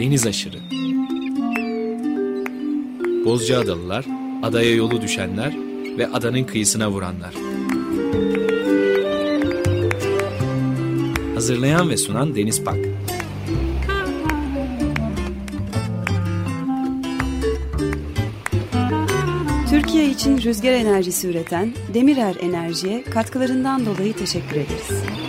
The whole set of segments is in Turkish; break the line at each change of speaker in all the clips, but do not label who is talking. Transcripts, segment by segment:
Deniz aşırı. Bozcaadalılar, adaya yolu düşenler ve adanın kıyısına vuranlar. Hazırlayan ve sunan Deniz Pak.
Türkiye için rüzgar enerjisi üreten Demirer Enerji'ye katkılarından dolayı teşekkür ederiz.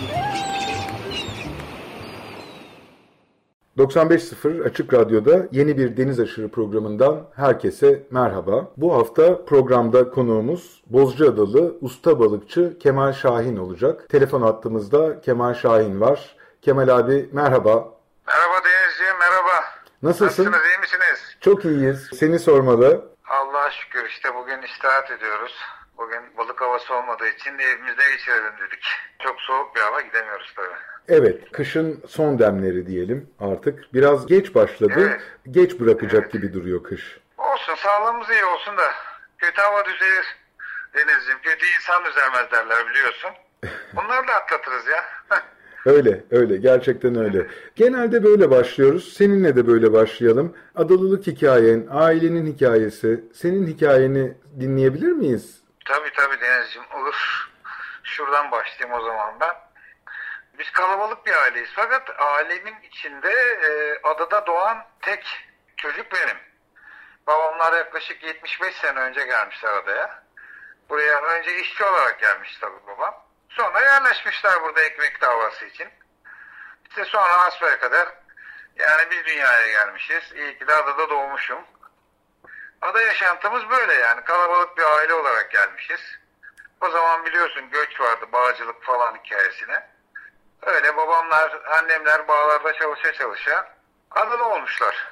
95.0 Açık Radyo'da yeni bir Deniz Aşırı programından herkese merhaba. Bu hafta programda konuğumuz Bozcaadalı usta balıkçı Kemal Şahin olacak. Telefon hattımızda Kemal Şahin var. Kemal abi merhaba.
Merhaba Denizciğim, merhaba.
Nasılsın?
Nasılsınız, iyi misiniz?
Çok iyiyiz. Seni sormalı.
Allah'a şükür, işte bugün istirahat ediyoruz. Bugün balık havası olmadığı için evimizde geçirelim dedik. Çok soğuk bir hava, gidemiyoruz tabii.
Evet, kışın son demleri diyelim artık. Biraz geç başladı,
evet.
Geç bırakacak gibi duruyor kış.
Olsun, sağlığımız iyi olsun da kötü hava düzelir Denizciğim. Kötü insan düzelmez derler, biliyorsun. Bunları da atlatırız ya.
Öyle. Gerçekten öyle. Genelde böyle başlıyoruz. Seninle de böyle başlayalım. Adalılık hikayen, ailenin hikayesi, senin hikayeni dinleyebilir miyiz?
Tabii Denizciğim, olur. Şuradan başlayayım o zaman ben. Biz kalabalık bir aileyiz fakat ailemin içinde adada doğan tek çocuk benim. Babamlar yaklaşık 75 sene önce gelmişler adaya. Buraya önce işçi olarak gelmiş tabii babam. Sonra yerleşmişler burada ekmek davası için. İşte sonra hasbelkader yani biz dünyaya gelmişiz. İyi ki de adada doğmuşum. Ada yaşantımız böyle yani. Kalabalık bir aile olarak gelmişiz. O zaman biliyorsun göç vardı, bağcılık falan hikayesine. Öyle babamlar, annemler bağlarda çalışa adalı olmuşlar.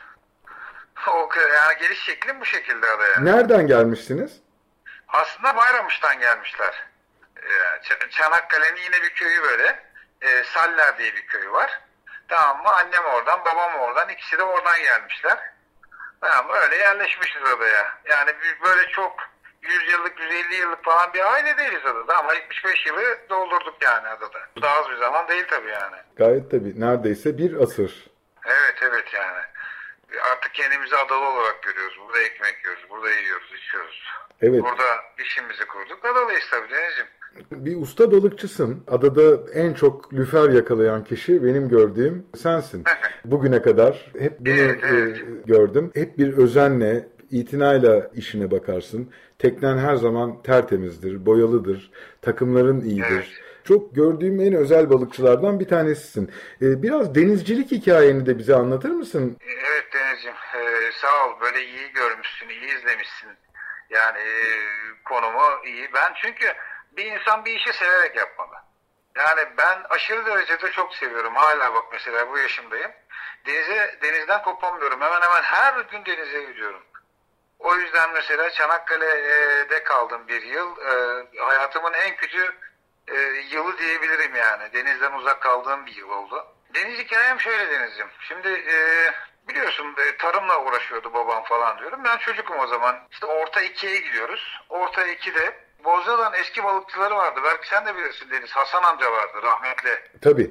Yani geliş şeklim bu şekilde adaya.
Nereden gelmişsiniz?
Aslında Bayramış'tan gelmişler. Çanakkale'nin yine bir köyü böyle. Saller diye bir köyü var. Tamam mı? Annem oradan, babam oradan. İkisi de oradan gelmişler. Tamam mı? Öyle yerleşmişiz adaya. Yani biz böyle çok 100 yıllık, 150 yıllık falan bir aile değiliz adada. Ama 75 yılı doldurduk yani adada. Bu da az bir zaman değil tabii yani.
Gayet tabii. Neredeyse bir asır.
Evet yani. Artık kendimizi adalı olarak görüyoruz. Burada ekmek yiyoruz, burada yiyoruz, içiyoruz.
Evet.
Burada işimizi kurduk. Adalıyız tabii Denizciğim.
Bir usta balıkçısın. Adada en çok lüfer yakalayan kişi benim gördüğüm sensin. Bugüne kadar hep bunu gördüm. Hep bir özenle, itinayla işine bakarsın. Teknen her zaman tertemizdir, boyalıdır. Takımların iyidir. Evet. Çok gördüğüm en özel balıkçılardan bir tanesisin. Biraz denizcilik hikayeni de bize anlatır mısın?
Evet Denizciğim, sağ ol. Böyle iyi görmüşsün, iyi izlemişsin. Yani konumu iyi. Ben çünkü bir insan bir işi severek yapmalı. Yani ben aşırı derecede çok seviyorum. Hala bak mesela bu yaşımdayım. Denizden kopamıyorum. Hemen her gün denize gidiyorum. O yüzden mesela Çanakkale'de kaldım bir yıl. Hayatımın en kötü yılı diyebilirim yani. Denizden uzak kaldığım bir yıl oldu. Deniz hikayem şöyle Deniz'ciğim. Şimdi biliyorsun tarımla uğraşıyordu babam falan diyorum. Ben çocukum o zaman. İşte orta 2'ye gidiyoruz. Orta 2'de Bozcaada'nın eski balıkçıları vardı. Belki sen de bilirsin Deniz. Hasan amca vardı rahmetli.
Tabii.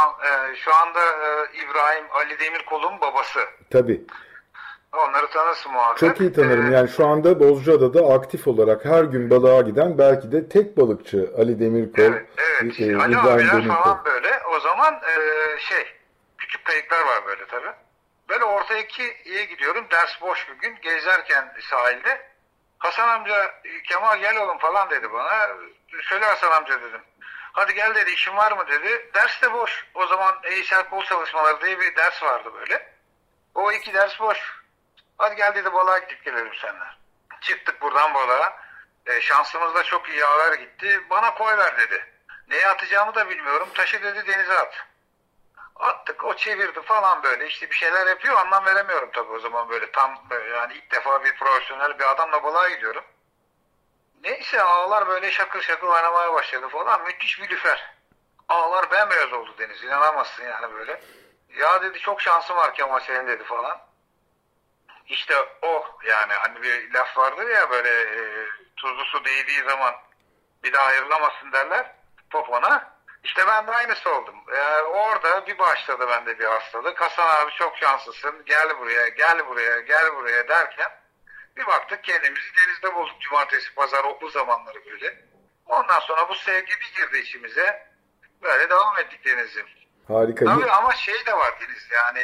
Şu anda İbrahim Ali Demirkol'un babası.
Tabii.
Onları tanırsın muhakkak.
Çok iyi tanırım. Yani şu anda Bozcaada'da aktif olarak her gün balığa giden belki de tek balıkçı Ali Demirkol.
Evet. Ali
İbrahim
abiler
Demirkol
falan böyle. O zaman küçük kayıklar var böyle tabii. Böyle orta 2'ye gidiyorum. Ders boş bir gün. Gezerken sahilde Hasan amca Kemal gel oğlum falan dedi bana. Söyle Hasan amca dedim. Hadi gel dedi, işin var mı dedi. Ders de boş. O zaman eğitsel kol çalışmaları diye bir ders vardı böyle. O 2 ders boş. Hadi gel dedi, balığa gidip gelelim seninle. Çıktık buradan balığa. Şansımızla çok iyi haber gitti. Bana koy ver dedi. Neye atacağımı da bilmiyorum. Taşı dedi, denize at. Attık, o çevirdi falan böyle. İşte bir şeyler yapıyor, anlam veremiyorum tabii o zaman böyle. Tam yani ilk defa bir profesyonel bir adamla balığa gidiyorum. Neyse ağlar böyle şakır şakır oynamaya başladı falan. Müthiş bir lüfer. Ağlar bembeyaz oldu Deniz. İnanamazsın yani böyle. Ya dedi çok şansım var Kemal senin dedi falan. İşte o yani hani bir laf vardır ya böyle tuzlu su değdiği zaman bir daha ayrılamazsın derler popona. İşte ben de aynısı oldum. Orada bir başladı bende bir hastalık. Hasan abi çok şanslısın. Gel buraya, gel buraya, gel buraya derken bir baktık kendimizi denizde bulduk. Cumartesi, pazar, okul zamanları böyle. Ondan sonra bu sevgi bir girdi içimize. Böyle devam ettik denizim.
Harika.
Tabii ama şey de var Deniz. Yani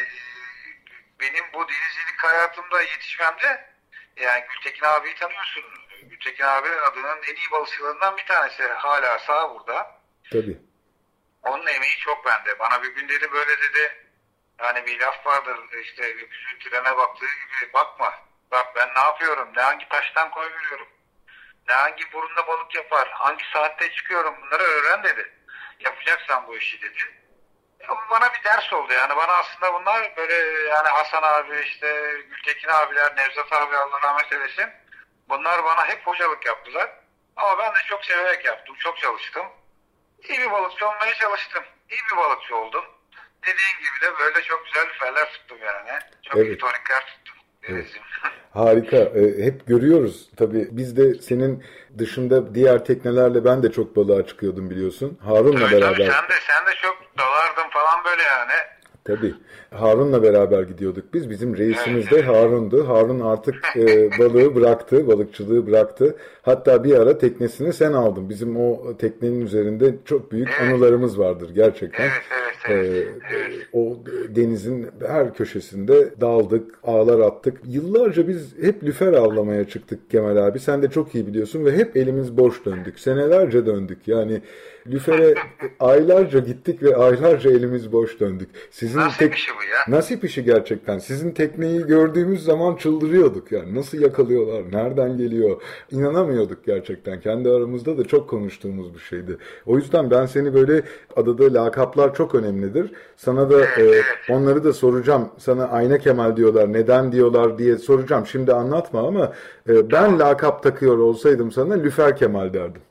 benim bu denizcilik hayatımda yetişmemde yani Gültekin abiyi tanıyorsun. Gültekin abi adının en iyi balıkçılarından bir tanesi. Hala sağ burada.
Tabii.
Onun emeği çok bende. Bana bir gün dedi böyle dedi. Yani bir laf vardır işte öküzün trene baktığı gibi bakma. Bak ben ne yapıyorum? Ne hangi taştan koyuyorum? Ne hangi burunda balık yapar? Hangi saatte çıkıyorum? Bunları öğren dedi. Yapacaksan bu işi dedi. Bu bana bir ders oldu yani. Bana aslında bunlar böyle yani Hasan abi işte Gültekin abiler, Nevzat abi Allah rahmet eylesin. Bunlar bana hep hocalık yaptılar. Ama ben de çok severek yaptım. Çok çalıştım. İyi bir balıkçı olmaya çalıştım. İyi bir balıkçı oldum. Dediğin gibi de böyle çok güzel lüferler tuttum yani. Çok iyi tonikler tuttum.
Evet. Harika. Hep görüyoruz. Tabii biz de senin dışında diğer teknelerle ben de çok balığa çıkıyordum biliyorsun. Harun'la beraber.
Tabii sen de çok dalardın falan böyle yani.
Tabii. Harun'la beraber gidiyorduk biz. Bizim reisimiz de Harun'du. Harun artık balığı bıraktı, balıkçılığı bıraktı. Hatta bir ara teknesini sen aldın. Bizim o teknenin üzerinde çok büyük anılarımız vardır gerçekten.
Evet.
O denizin her köşesinde daldık, ağlar attık. Yıllarca biz hep lüfer avlamaya çıktık Kemal abi. Sen de çok iyi biliyorsun ve hep elimiz boş döndük. Senelerce döndük. Yani lüfere aylarca gittik ve aylarca elimiz boş döndük.
Nasip işi bu ya.
Nasip işi gerçekten. Sizin tekneyi gördüğümüz zaman çıldırıyorduk yani. Nasıl yakalıyorlar? Nereden geliyor? İnanamıyorduk gerçekten. Kendi aramızda da çok konuştuğumuz bir şeydi. O yüzden ben seni böyle adada lakaplar çok önemlidir. Sana da onları da soracağım. Sana Ayna Kemal diyorlar. Neden diyorlar diye soracağım. Şimdi anlatma ama ben lakap takıyor olsaydım sana Lüfer Kemal derdim.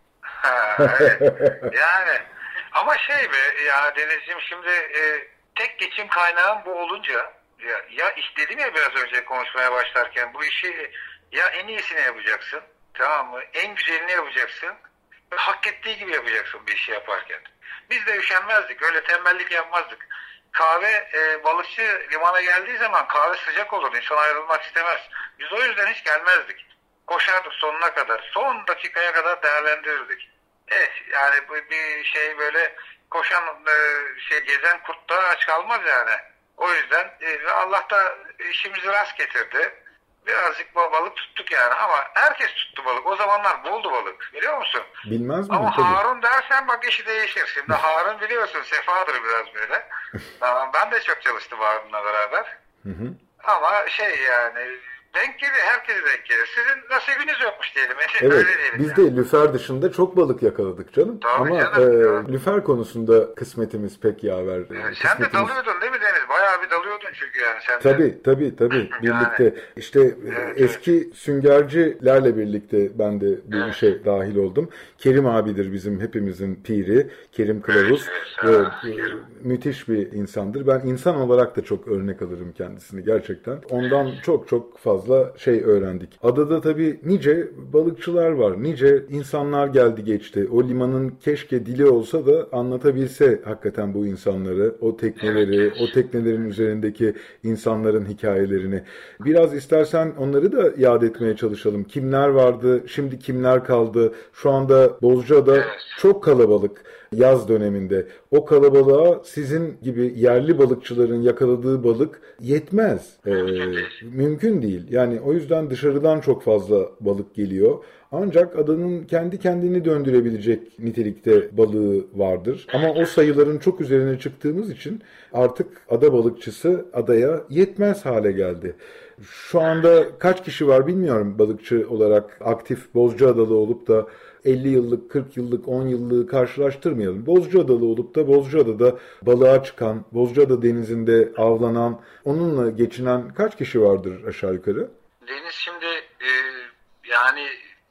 Evet. Yani ama şey be ya Denizciğim şimdi tek geçim kaynağım bu olunca ya dedim ya biraz önce konuşmaya başlarken bu işi ya en iyisini yapacaksın, tamam mı? En güzelini yapacaksın ve hak ettiği gibi yapacaksın bir işi yaparken. Biz de üşenmezdik, öyle tembellik yapmazdık. Kahve balıkçı limana geldiği zaman kahve sıcak olur, insan ayrılmak istemez. Biz o yüzden hiç gelmezdik. Koşardık sonuna kadar, son dakikaya kadar değerlendirirdik. Evet yani bir şey böyle koşan gezen kurt da aç kalmaz yani. O yüzden Allah da işimizi rast getirdi. Birazcık balık tuttuk yani ama herkes tuttu balık. O zamanlar boldu balık biliyor musun?
Bilmez miyim?
Ama
Tabii.
Harun dersen bak işi değişir. Şimdi Harun biliyorsun sefadır biraz böyle. Tamam, ben de çok çalıştım Harun'la beraber.
Hı.
Ama yani denk gelir, herkese denk gelir. Sizin nasibiniz yokmuş diyelim.
Evet,
öyle diyelim
biz
yani.
de lüfer dışında çok balık yakaladık canım.
Tabii
ama
canım.
lüfer konusunda kısmetimiz pek yaver.
Sen de dalıyordun değil mi Deniz? Bayağı bir dalıyordun çünkü yani sen de.
Tabii. Birlikte. İşte eski süngercilerle birlikte ben de bu işe dahil oldum. Kerim abidir bizim hepimizin piri. Kerim Kılavuz. Müthiş bir insandır. Ben insan olarak da çok örnek alırım kendisini gerçekten. Ondan çok fazla şey öğrendik. Adada tabii nice balıkçılar var. Nice insanlar geldi geçti. O limanın keşke dili olsa da anlatabilse hakikaten bu insanları, o tekneleri, o teknelerin üzerindeki insanların hikayelerini. Biraz istersen onları da yad etmeye çalışalım. Kimler vardı, şimdi kimler kaldı? Şu anda Bozcaada çok kalabalık yaz döneminde. O kalabalığa sizin gibi yerli balıkçıların yakaladığı balık yetmez. Mümkün değil. Yani o yüzden dışarıdan çok fazla balık geliyor. Ancak adanın kendi kendini döndürebilecek nitelikte balığı vardır. Ama o sayıların çok üzerine çıktığımız için artık ada balıkçısı adaya yetmez hale geldi. Şu anda kaç kişi var bilmiyorum balıkçı olarak aktif Bozcaadalı olup da 50 yıllık, 40 yıllık, 10 yıllığı karşılaştırmayalım. Bozcaadalı olup da Bozcaada'da balığa çıkan, Bozcaada denizinde avlanan, onunla geçinen kaç kişi vardır aşağı yukarı?
Deniz şimdi yani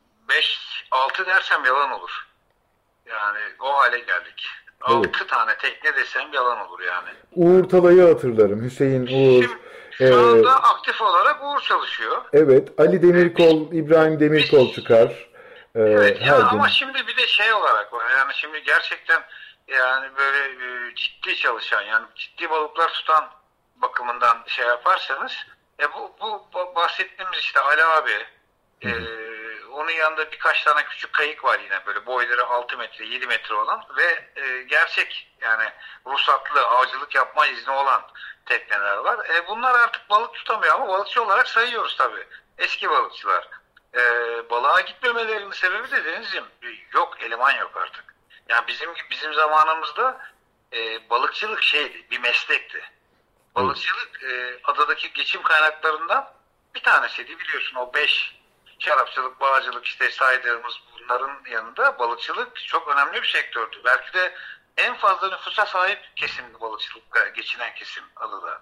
5-6 dersem yalan olur. Yani o hale geldik. 6 tane tekne desem yalan olur yani.
Uğur Talay'ı hatırlarım. Hüseyin Uğur.
Şu anda aktif olarak Uğur çalışıyor.
Evet. Ali Demirkol, İbrahim Demirkol çıkar.
Evet ya ama şimdi bir de şey olarak var. Yani şimdi gerçekten yani böyle ciddi çalışan, yani ciddi balıklar tutan bakımından şey yaparsanız bu bahsettiğimiz işte Ali abi, onun yanında birkaç tane küçük kayık var yine, böyle boyları 6 metre 7 metre olan ve gerçek yani ruhsatlı avcılık yapma izni olan tekneler var. Bunlar artık balık tutamıyor ama balıkçı olarak sayıyoruz tabii. Eski balıkçılar. Balığa gitmemelerinin sebebi de Denizciğim, yok, eleman yok artık. Yani bizim zamanımızda balıkçılık şeydi, bir meslekti. Balıkçılık adadaki geçim kaynaklarından bir tanesiydi, biliyorsun. O 5 şarapçılık, bağcılık işte saydığımız bunların yanında balıkçılık çok önemli bir sektördü. Belki de en fazla nüfusa sahip kesimdi balıkçılıkla geçinen kesim adada.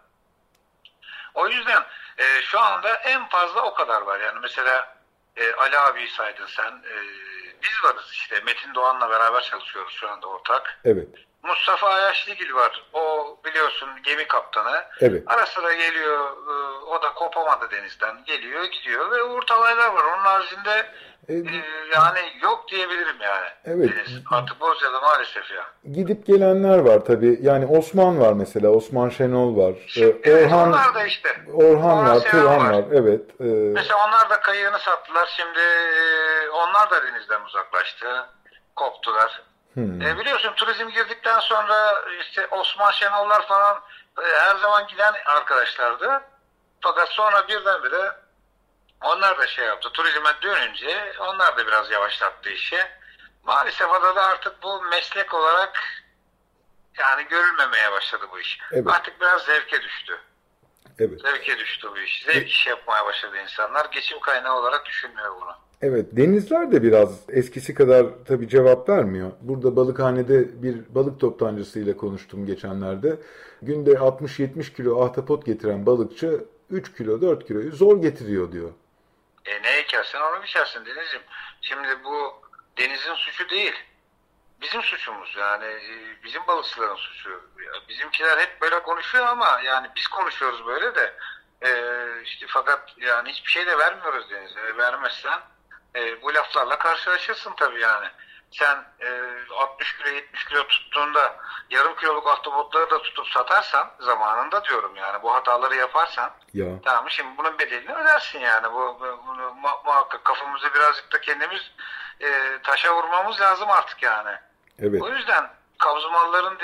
O yüzden şu anda en fazla o kadar var. Yani mesela Ali abiyi saydın sen. Biz varız işte. Metin Doğan'la beraber çalışıyoruz şu anda ortak.
Evet.
Mustafa Ayaşlıgil var. O biliyorsun gemi kaptanı.
Evet.
Ara sıra geliyor. O da kopamadı denizden. Geliyor gidiyor ve Uğur Talaylar var. Onun haricinde yani yok diyebilirim yani.
Evet.
Deniz. Artık Bozcaada maalesef ya.
Gidip gelenler var tabii. Yani Osman var mesela. Osman Şenol var.
Evet, onlar da işte.
Orhan var. Turhan var. Evet.
Mesela onlar da kayığını sattılar. Şimdi onlar da denizden uzaklaştı. Koptular. Biliyorsun turizm girdikten sonra işte Osman Şenollar falan her zaman giden arkadaşlardı. Fakat sonra birdenbire onlar da şey yaptı. Turizme dönünce onlar da biraz yavaşlattı işi. Maalesef adada artık bu meslek olarak yani görülmemeye başladı bu iş.
Evet.
Artık biraz zevke düştü.
Evet.
Zevke düştü bu iş. Zevk işi yapmaya başladı insanlar. Geçim kaynağı olarak düşünmüyor bunu.
Evet, denizler de biraz eskisi kadar tabii cevap vermiyor. Burada Balıkhane'de bir balık toptancısıyla konuştum geçenlerde. Günde 60-70 kilo ahtapot getiren balıkçı 3 kilo 4 kiloyu zor getiriyor diyor.
Ne ekersen onu biçersin Deniz'ciğim. Şimdi bu denizin suçu değil. Bizim suçumuz yani, bizim balıkçıların suçu. Bizimkiler hep böyle konuşuyor ama yani biz konuşuyoruz böyle de işte fakat yani hiçbir şey de vermiyoruz denize. Vermezsen bu laflarla karşılaşırsın tabii yani. Sen 60 kilo 70 kilo tuttuğunda yarım kiloluk ahtapotları da tutup satarsan zamanında diyorum yani bu hataları yaparsan tamam, şimdi bunun bedelini ödersin yani. Bunu muhakkak kafamızı birazcık da kendimiz taşa vurmamız lazım artık yani.
Evet.
O yüzden Kavzumalların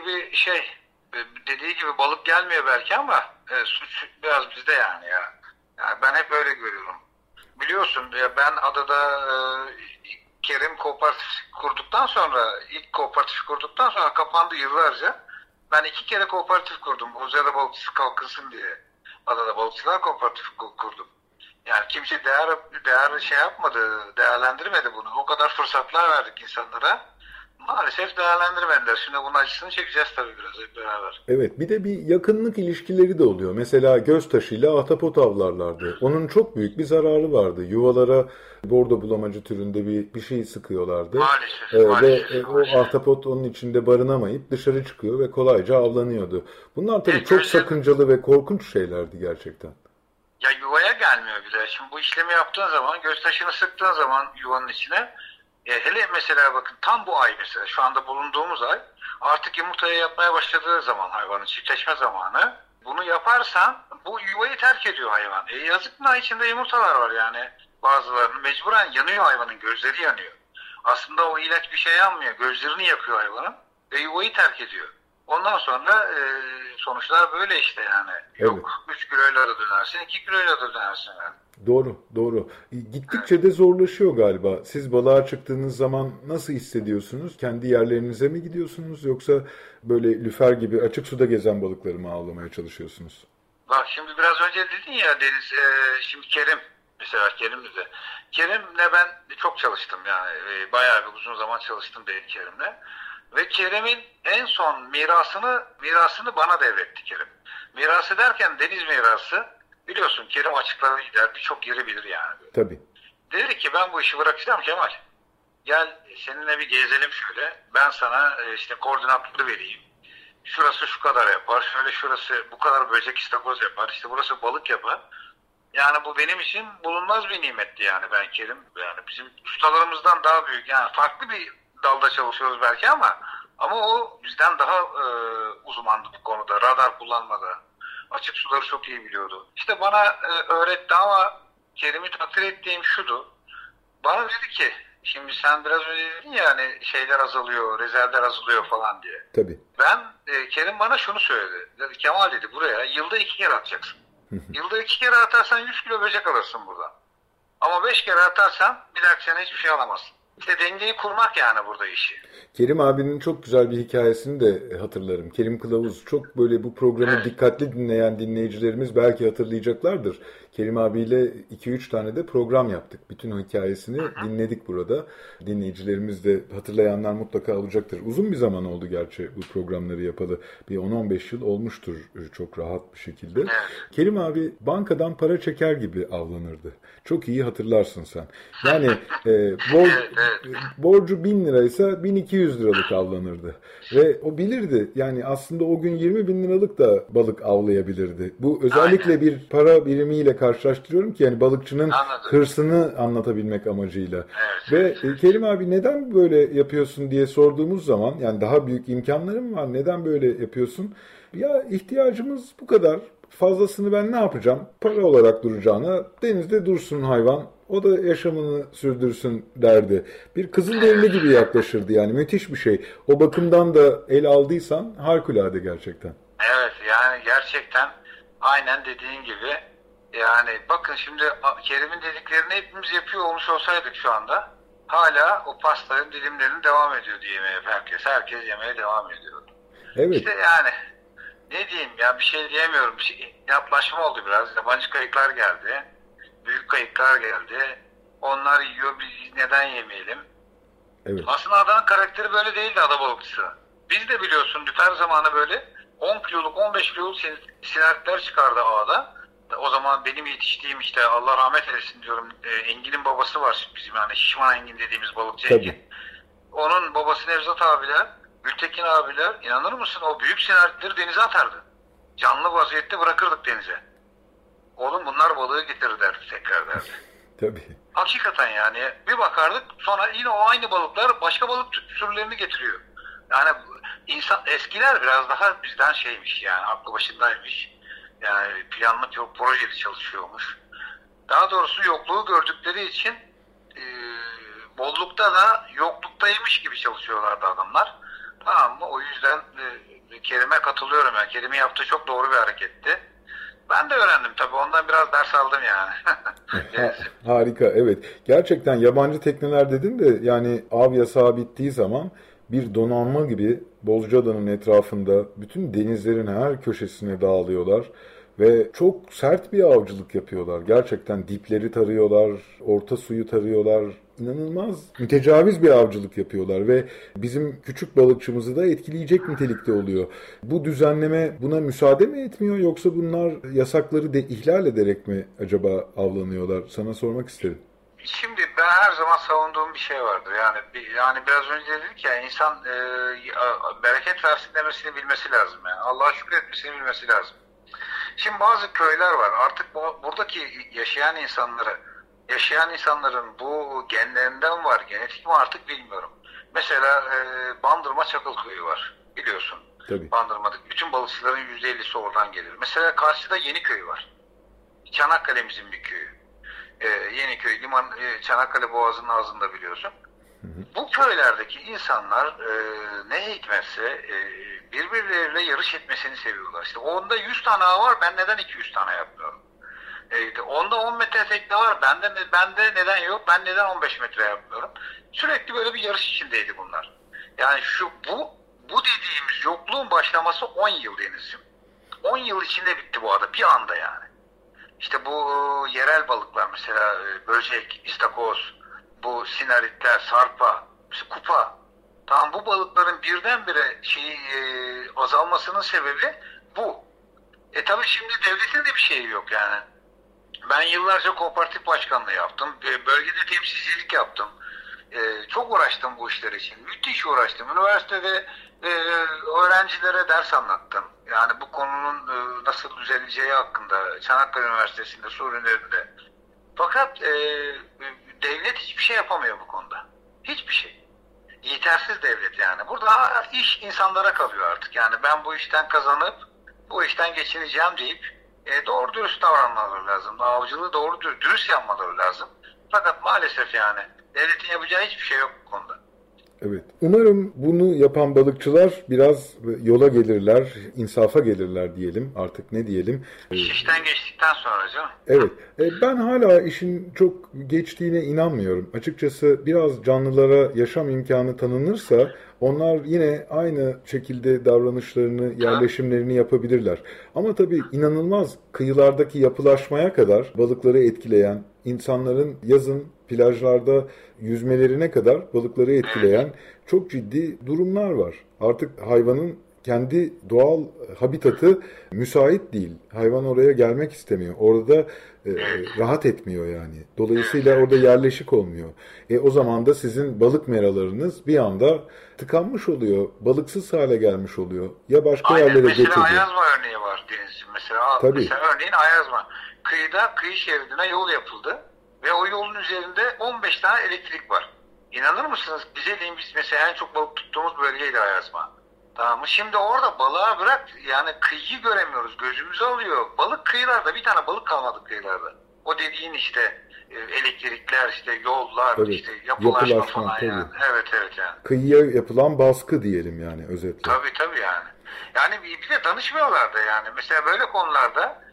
dediği gibi balık gelmiyor belki ama suç biraz bizde yani ya. Yani ben hep öyle görüyorum. Biliyorsun ya, ben adada Kerim kooperatif kurduktan sonra, ilk kooperatif kurduktan sonra kapandı yıllarca. Ben 2 kere kooperatif kurdum. Bozcaada balıkçısı kalkınsın diye. Adada balıkçılar kooperatif kurdum. Yani kimse değer şey yapmadı, değerlendirmedi bunu. O kadar fırsatlar verdik insanlara. Maalesef değerlendirmediler. Şimdi bunun acısını çekeceğiz tabii biraz hep beraber.
Evet, bir de bir yakınlık ilişkileri de oluyor. Mesela Göztaşı'yla ahtapot avlarlardı. Onun çok büyük bir zararı vardı. Yuvalara bordo bulamacı türünde bir şey sıkıyorlardı.
Maalesef.
O ahtapot onun içinde barınamayıp dışarı çıkıyor ve kolayca avlanıyordu. Bunlar tabii çok sakıncalı ve korkunç şeylerdi gerçekten.
Ya yuvaya gelmiyor bile. Şimdi bu işlemi yaptığın zaman, göztaşını sıktığın zaman yuvanın içine, hele mesela bakın tam bu ay mesela, şu anda bulunduğumuz ay artık yumurtaya yapmaya başladığı zaman, hayvanın çiftleşme zamanı. Bunu yaparsan bu yuvayı terk ediyor hayvan. Yazık mı, içinde yumurtalar var yani. Bazılarının mecburen yanıyor, hayvanın gözleri yanıyor. Aslında o ilaç bir şey yanmıyor. Gözlerini yakıyor hayvanın ve yuvayı terk ediyor. Ondan sonra sonuçlar böyle işte yani.
Evet.
Yok 3 kiloyla da dönersin, 2 kiloyla da dönersin yani.
Doğru. Gittikçe de zorlaşıyor galiba. Siz balığa çıktığınız zaman nasıl hissediyorsunuz? Kendi yerlerinize mi gidiyorsunuz yoksa böyle lüfer gibi açık suda gezen balıkları mı avlamaya çalışıyorsunuz?
Bak şimdi biraz önce dedin ya Deniz, şimdi Kerim mesela, Kerim'le ben çok çalıştım yani, bayağı bir uzun zaman çalıştım Kerim'le. Ve Kerim'in en son mirasını bana devretti Kerim. Mirası derken deniz mirası. Biliyorsun Kerim açıklara gider, birçok yeri bilir yani.
Tabii.
Dedi ki ben bu işi bırakacağım Kemal. Gel seninle bir gezelim şöyle. Ben sana işte koordinatları vereyim. Şurası şu kadar yapar. Şöyle şurası bu kadar böcek istakoz yapar. İşte burası balık yapar. Yani bu benim için bulunmaz bir nimetti yani Kerim. Yani bizim ustalarımızdan daha büyük. Yani farklı bir dalda çalışıyoruz belki ama Ama o bizden daha uzmandı bu konuda. Radar kullanmada. Açık suları çok iyi biliyordu. İşte bana öğretti ama Kerim'i takdir ettiğim şudu. Bana dedi ki, şimdi sen biraz önce dedin ya hani şeyler azalıyor, rezervler azalıyor falan diye.
Tabii.
Kerim bana şunu söyledi. Dedi, Kemal dedi, buraya yılda 2 kere atacaksın. Yılda 2 kere atarsan 100 kilo böcek alırsın buradan. Ama 5 kere atarsan bir dahaki sene hiçbir şey alamazsın. İşte dengeyi kurmak yani burada işi.
Kerim abinin çok güzel bir hikayesini de hatırlarım. Kerim Kılavuz, çok böyle bu programı dikkatli dinleyen dinleyicilerimiz belki hatırlayacaklardır. Kerim abiyle 2-3 tane de program yaptık. Bütün o hikayesini dinledik burada. Dinleyicilerimiz de, hatırlayanlar mutlaka olacaktır. Uzun bir zaman oldu gerçi bu programları yapalı. Bir 10-15 yıl olmuştur çok rahat bir şekilde. Kerim abi bankadan para çeker gibi avlanırdı. Çok iyi hatırlarsın sen. Yani borcu 1000 liraysa 1200 liralık avlanırdı. Ve o bilirdi. Yani aslında o gün 20 bin liralık da balık avlayabilirdi. Bu özellikle bir para birimiyle karşılaştırıyorum ki yani balıkçının hırsını anlatabilmek amacıyla. Ve Kerim abi neden böyle yapıyorsun diye sorduğumuz zaman, yani daha büyük imkanlarım var, neden böyle yapıyorsun? Ya ihtiyacımız bu kadar. Fazlasını ben ne yapacağım? Para olarak duracağına denizde dursun hayvan. O da yaşamını sürdürsün derdi. Bir kızılderili gibi yaklaşırdı yani. Müthiş bir şey. O bakımdan da el aldıysan harikulade gerçekten.
Evet, yani gerçekten aynen dediğin gibi. Yani bakın şimdi Kerim'in dediklerini hepimiz yapıyor olmuş olsaydık şu anda hala o pastanın dilimlerini devam ediyordu yemeye herkes. Herkes yemeye devam ediyordu.
Evet.
İşte yani ne diyeyim ya, bir şey diyemiyorum. Yaplaşma oldu biraz. Yabancı kayıklar geldi. Büyük kayıklar geldi. Onlar yiyor, biz neden yemeyelim?
Evet.
Aslında adanın karakteri böyle değildi, ada balıkçısı. Biz de biliyorsun lüfer zamanı böyle 10 kiloluk 15 kiloluk sinertler çıkardı ağda. O zaman benim yetiştiğim, işte Allah rahmet eylesin diyorum, Engin'in babası var bizim, yani Şişman Engin dediğimiz balıkçı
Tabii.
Engin. Onun babası Nevzat abiler, Gültekin abiler, inanır mısın o büyük sinertleri denize atardı. Canlı vaziyette bırakırdık denize. Oğlum bunlar balığı getirir derdi, tekrar derdi.
Tabii.
Hakikaten yani bir bakardık, sonra yine o aynı balıklar başka balık türlerini getiriyor. Yani eskiler biraz daha bizden şeymiş, yani aklı başındaymış. Yani planlı çok projeli çalışıyormuş. Daha doğrusu yokluğu gördükleri için bollukta da yokluktaymış gibi çalışıyorlardı adamlar. Tamam mı? O yüzden Kerim'e katılıyorum. Yani Kerim'in yaptığı çok doğru bir hareketti. Ben de öğrendim tabii. Ondan biraz ders aldım yani.
Harika, evet. Gerçekten yabancı tekneler dedin de yani av yasağı bittiği zaman bir donanma gibi Bozcaada'nın etrafında bütün denizlerin her köşesine dağılıyorlar ve çok sert bir avcılık yapıyorlar. Gerçekten dipleri tarıyorlar, orta suyu tarıyorlar. İnanılmaz mütecaviz bir avcılık yapıyorlar ve bizim küçük balıkçımızı da etkileyecek nitelikte oluyor. Bu düzenleme buna müsaade mi etmiyor, yoksa bunlar yasakları ihlal ederek mi acaba avlanıyorlar? Sana sormak isterim.
Şimdi ben her zaman savunduğum bir şey vardır. Yani biraz önce dedik ya, insan bereket versin demesini bilmesi lazım. Yani Allah'a şükretmesini bilmesi lazım. Şimdi bazı köyler var. Artık buradaki yaşayan insanların bu genlerinden var, genetik mi artık bilmiyorum. Mesela Bandırma Çakıl Köyü var, biliyorsun.
Tabii.
Bandırma'daki bütün balıkçıların %50'si oradan gelir. Mesela karşıda Yeniköy var. Çanakkale'mizin bir köyü. Yeniköy, Çanakkale Boğazı'nın ağzında biliyorsun. Bu köylerdeki insanlar ne hikmetse birbirleriyle yarış etmesini seviyorlar. İşte onda 100 tane ağ var, ben neden 200 tane yapmıyorum? Onda 10 metre tekne var, bende neden yok, ben neden 15 metre yapmıyorum? Sürekli böyle bir yarış içindeydi bunlar. Yani bu dediğimiz yokluğun başlaması 10 yıl Deniz'im. 10 yıl içinde bitti bu ada, bir anda yani. İşte bu yerel balıklar mesela böcek, istakoz, bu sinaritler, sarpa, kupa. Tamam, bu balıkların birdenbire azalmasının sebebi bu. Tabii şimdi devletin de bir şeyi yok yani. Ben yıllarca kooperatif başkanlığı yaptım. Bölgede temsilcilik yaptım. Çok uğraştım bu işler için. Müthiş uğraştım. Üniversitede öğrencilere ders anlattım. Yani bu konunun nasıl düzeleceği hakkında Çanakkale Üniversitesi'nde, su ürünlerinde. Fakat devlet hiçbir şey yapamıyor bu konuda. Hiçbir şey. yetersiz devlet yani. Burada iş insanlara kalıyor artık. Yani ben bu işten kazanıp bu işten geçineceğim deyip doğru dürüst davranmaları lazım. Avcılığı doğru dürüst yapmaları lazım. Fakat maalesef yani devletin yapacağı hiçbir şey yok bu konuda.
Evet. Umarım bunu yapan balıkçılar biraz yola gelirler, insafa gelirler diyelim. Artık ne diyelim?
İşten geçtikten sonra canım.
Evet. Ben hala işin çok geçtiğine inanmıyorum. Açıkçası biraz canlılara yaşam imkanı tanınırsa onlar yine aynı şekilde davranışlarını, yerleşimlerini yapabilirler. Ama tabii inanılmaz kıyılardaki yapılaşmaya kadar balıkları etkileyen, insanların yazın plajlarda yüzmelerine kadar balıkları etkileyen çok ciddi durumlar var. Artık hayvanın kendi doğal habitatı müsait değil. Hayvan oraya gelmek istemiyor. Orada rahat etmiyor yani. Dolayısıyla orada yerleşik olmuyor. O zaman da sizin balık meralarınız bir anda tıkanmış oluyor. Balıksız hale gelmiş oluyor. Ya başka yerlere götürüyor.
Mesela Ayazma örneği var Deniz'ciğim. Mesela örneğin Ayazma. Kıyı şeridine yol yapıldı. Ve o yolun üzerinde 15 tane elektrik var. İnanır mısınız? Biz mesela en çok balık tuttuğumuz bölgeydi Ayazma. Tamam mı? Şimdi orada balığa bırak yani kıyıyı göremiyoruz. Gözümüzü alıyor. Balık kıyılarda, bir tane balık kalmadı kıyılarda. O dediğin işte elektrikler, işte yollar,
tabii,
işte yapılaşma falan
tabii.
yani. Evet yani.
Kıyıya yapılan baskı diyelim yani özetle.
Tabii yani. Yani bir de danışmıyorlar da yani. Mesela böyle konularda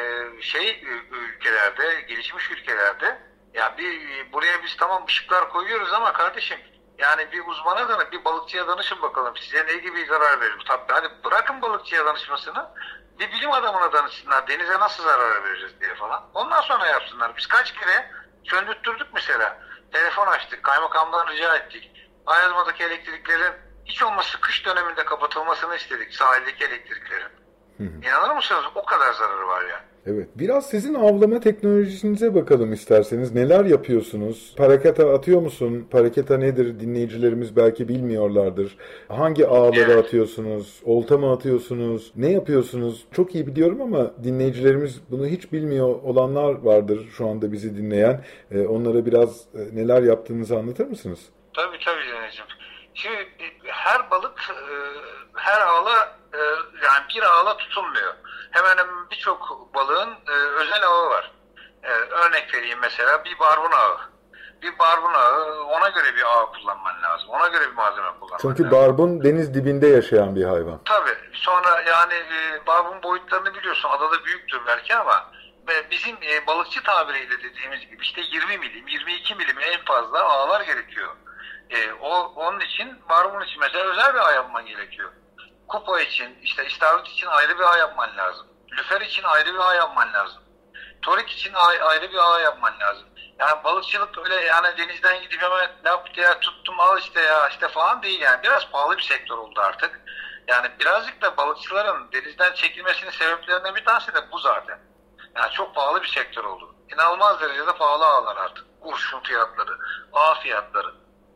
ülkelerde, gelişmiş ülkelerde ya buraya biz tamam ışıklar koyuyoruz ama kardeşim yani bir uzmana danışın, bir balıkçıya danışın bakalım size ne gibi zarar verir. Tabii hadi bırakın balıkçıya danışmasını, bir bilim adamına danışsınlar denize nasıl zarar veririz diye falan. Ondan sonra yapsınlar. Biz kaç kere söndürttürdük mesela. Telefon açtık, kaymakamdan rica ettik. Ayazma'daki elektriklerin hiç olmazsa kış döneminde kapatılmasını istedik, sahildeki elektriklerin. İnanır mısınız? O kadar zararı var yani.
Evet. Biraz sizin avlama teknolojinize bakalım isterseniz. Neler yapıyorsunuz? Paraketa atıyor musun? Paraketa nedir? Dinleyicilerimiz belki bilmiyorlardır. Hangi ağları atıyorsunuz? Olta mı atıyorsunuz? Ne yapıyorsunuz? Çok iyi biliyorum ama dinleyicilerimiz bunu hiç bilmiyor olanlar vardır şu anda bizi dinleyen. Onlara biraz neler yaptığınızı anlatır mısınız?
Tabii Denizciğim. Şimdi her balık her ağla yani bir ağla tutulmuyor. Hemen birçok balığın özel ağı var. Örnek vereyim mesela bir barbun ağı. Bir barbun ağı, ona göre bir ağ kullanman lazım. Ona göre bir malzeme kullanman lazım.
Çünkü barbun deniz dibinde yaşayan bir hayvan.
Tabii. Sonra yani barbun boyutlarını biliyorsun. Adada büyüktür belki ama bizim balıkçı tabiriyle dediğimiz gibi işte 20 milim, 22 milim en fazla ağlar gerekiyor. Onun için barbun için mesela özel bir ağ yapman gerekiyor. Kupa için, işte istavrit için ayrı bir ağ yapman lazım. Lüfer için ayrı bir ağ yapman lazım. Torik için ayrı bir ağ yapman lazım. Yani balıkçılık öyle yani denizden gidip hemen ne yaptı ya tuttum al işte falan değil yani. Biraz pahalı bir sektör oldu artık. Yani birazcık da balıkçıların denizden çekilmesinin sebeplerinden bir tanesi de bu zaten. Yani çok pahalı bir sektör oldu. İnanılmaz derecede pahalı ağlar artık. Kurşun fiyatları, ağ fiyatları.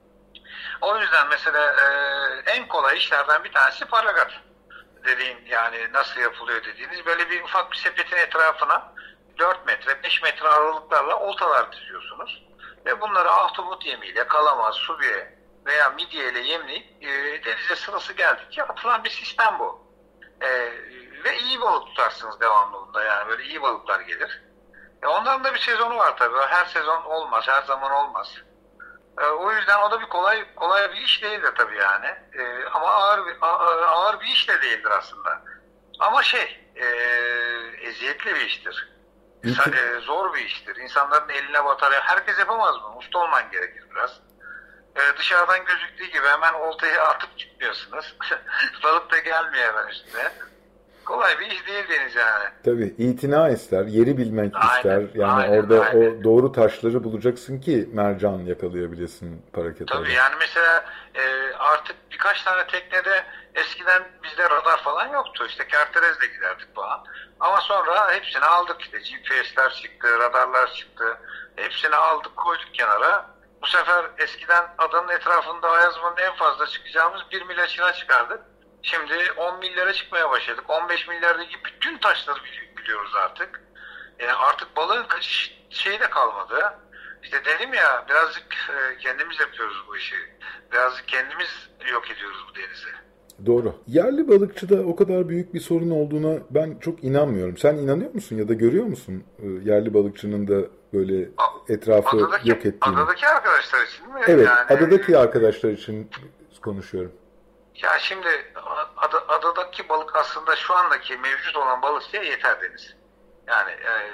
O yüzden mesela en kolay işlerden bir tanesi paragat dediğin yani nasıl yapılıyor dediğiniz böyle bir ufak bir sepetin etrafına 4 metre 5 metre aralıklarla oltalar diziyorsunuz ve bunları ahtapot yemiyle kalamar, subiye veya midye ile yemleyip denize sırası geldikçe atılan bir sistem bu. Ve iyi balık tutarsınız devamlılığında yani böyle iyi balıklar gelir. Onların da bir sezonu var tabii. Her sezon olmaz, her zaman olmaz. O yüzden o da bir kolay bir iş değildir tabii yani. Ama ağır bir iş de değildir aslında. Ama eziyetli bir iştir. Zor bir iştir. İnsanların eline batar. Herkes yapamaz mı? Usta olman gerekir biraz. Dışarıdan gözüktüğü gibi hemen oltayı atıp gitmiyorsunuz. Balık da gelmiyor hemen üstüne. Kolay bir iş değil deniz yani.
Tabii itina ister, yeri bilmek ister. Yani orada o doğru taşları bulacaksın ki mercan yakalayabilesin paraketa.
Tabii yani mesela artık birkaç tane teknede eskiden bizde radar falan yoktu. İşte kerterezle giderdik falan. Ama sonra hepsini aldık işte. GPS'ler çıktı, radarlar çıktı. Hepsini aldık koyduk kenara. Bu sefer eskiden adanın etrafında Ayazma'nın en fazla çıkacağımız 1 mil açına çıkardık. Şimdi 10 millere çıkmaya başladık. 15 millerdeki bütün taşları biliyoruz artık. Artık balığın kaçış şeyi de kalmadı. İşte dedim ya, birazcık kendimiz yapıyoruz bu işi. Birazcık kendimiz yok ediyoruz bu denizi.
Doğru. Yerli balıkçıda o kadar büyük bir sorun olduğuna ben çok inanmıyorum. Sen inanıyor musun ya da görüyor musun yerli balıkçının da böyle etrafı yok ettiğini?
Adadaki arkadaşlar için mi?
Evet,
yani,
adadaki arkadaşlar için konuşuyorum.
Ya şimdi adadaki balık aslında şu andaki mevcut olan balıkçıya yeter deniz. Yani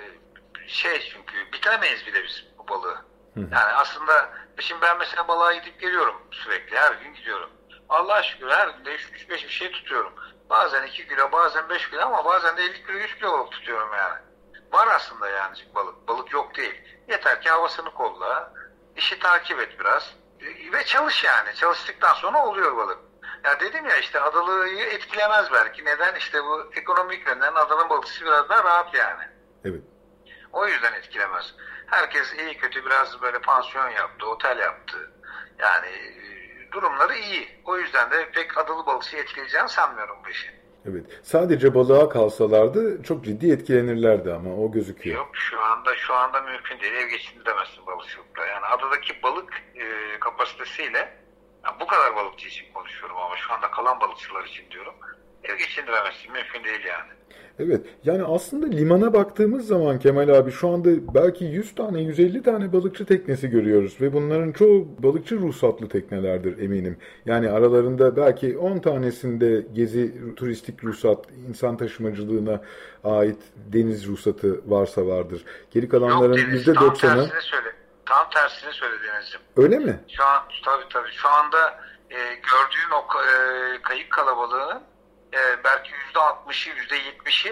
çünkü bitiremeyiz bile biz bu balığı. Yani aslında şimdi ben mesela balığa gidip geliyorum sürekli, her gün gidiyorum. Allah'a şükür her gün de 3-5 bir şey tutuyorum. Bazen 2 kilo, bazen 5 kilo ama bazen de 50 kilo, 100 kilo balık tutuyorum yani. Var aslında yani balık. Balık yok değil. Yeter ki havasını kolla, işi takip et biraz ve çalış yani. Çalıştıktan sonra oluyor balık. Ya dedim ya, işte adalıyı etkilemez belki. Neden? İşte bu ekonomik yönden adanın balıkçısı biraz daha rahat yani.
Evet.
O yüzden etkilemez. Herkes iyi kötü biraz böyle pansiyon yaptı, otel yaptı. Yani durumları iyi. O yüzden de pek adalı balıkçıyı etkileyeceğini sanmıyorum bu işin.
Evet. Sadece balığa kalsalardı çok ciddi etkilenirlerdi ama o gözüküyor.
Yok, şu anda mümkün değil. Ev geçindiremezsin balıkçılıkla. Yani adadaki balık kapasitesiyle, bu kadar balıkçı için konuşuyorum ama şu anda kalan balıkçılar için diyorum. Ev geçindiremezsin. Mümkün değil yani.
Evet. Yani aslında limana baktığımız zaman Kemal abi şu anda belki 100 tane, 150 tane balıkçı teknesi görüyoruz ve bunların çoğu balıkçı ruhsatlı teknelerdir eminim. Yani aralarında belki 10 tanesinde gezi, turistik ruhsat, insan taşımacılığına ait deniz ruhsatı varsa vardır. Geri kalanların %90'ı...
Tam tersini söyle Deniz'ciğim.
Öyle mi?
Şu an tabii. Şu anda gördüğün o kayık kalabalığının belki %60'ı, %70'i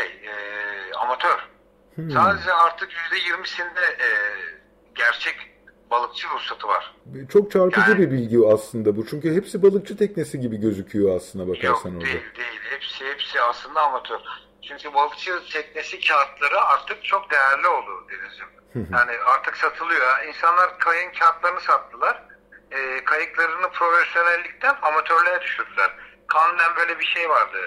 amatör. Sadece artık %20'sinde gerçek balıkçı ruhsatı var.
Çok çarpıcı bir bilgi aslında bu. Çünkü hepsi balıkçı teknesi gibi gözüküyor aslında bakarsan orada.
Yok değil. Hepsi aslında amatör. Çünkü balıkçı teknesi kağıtları artık çok değerli oldu Deniz'ciğim. Yani artık satılıyor. İnsanlar kayığın kağıtlarını sattılar. Kayıklarını profesyonellikten amatörlüğe düşürdüler. Kanunen böyle bir şey vardı.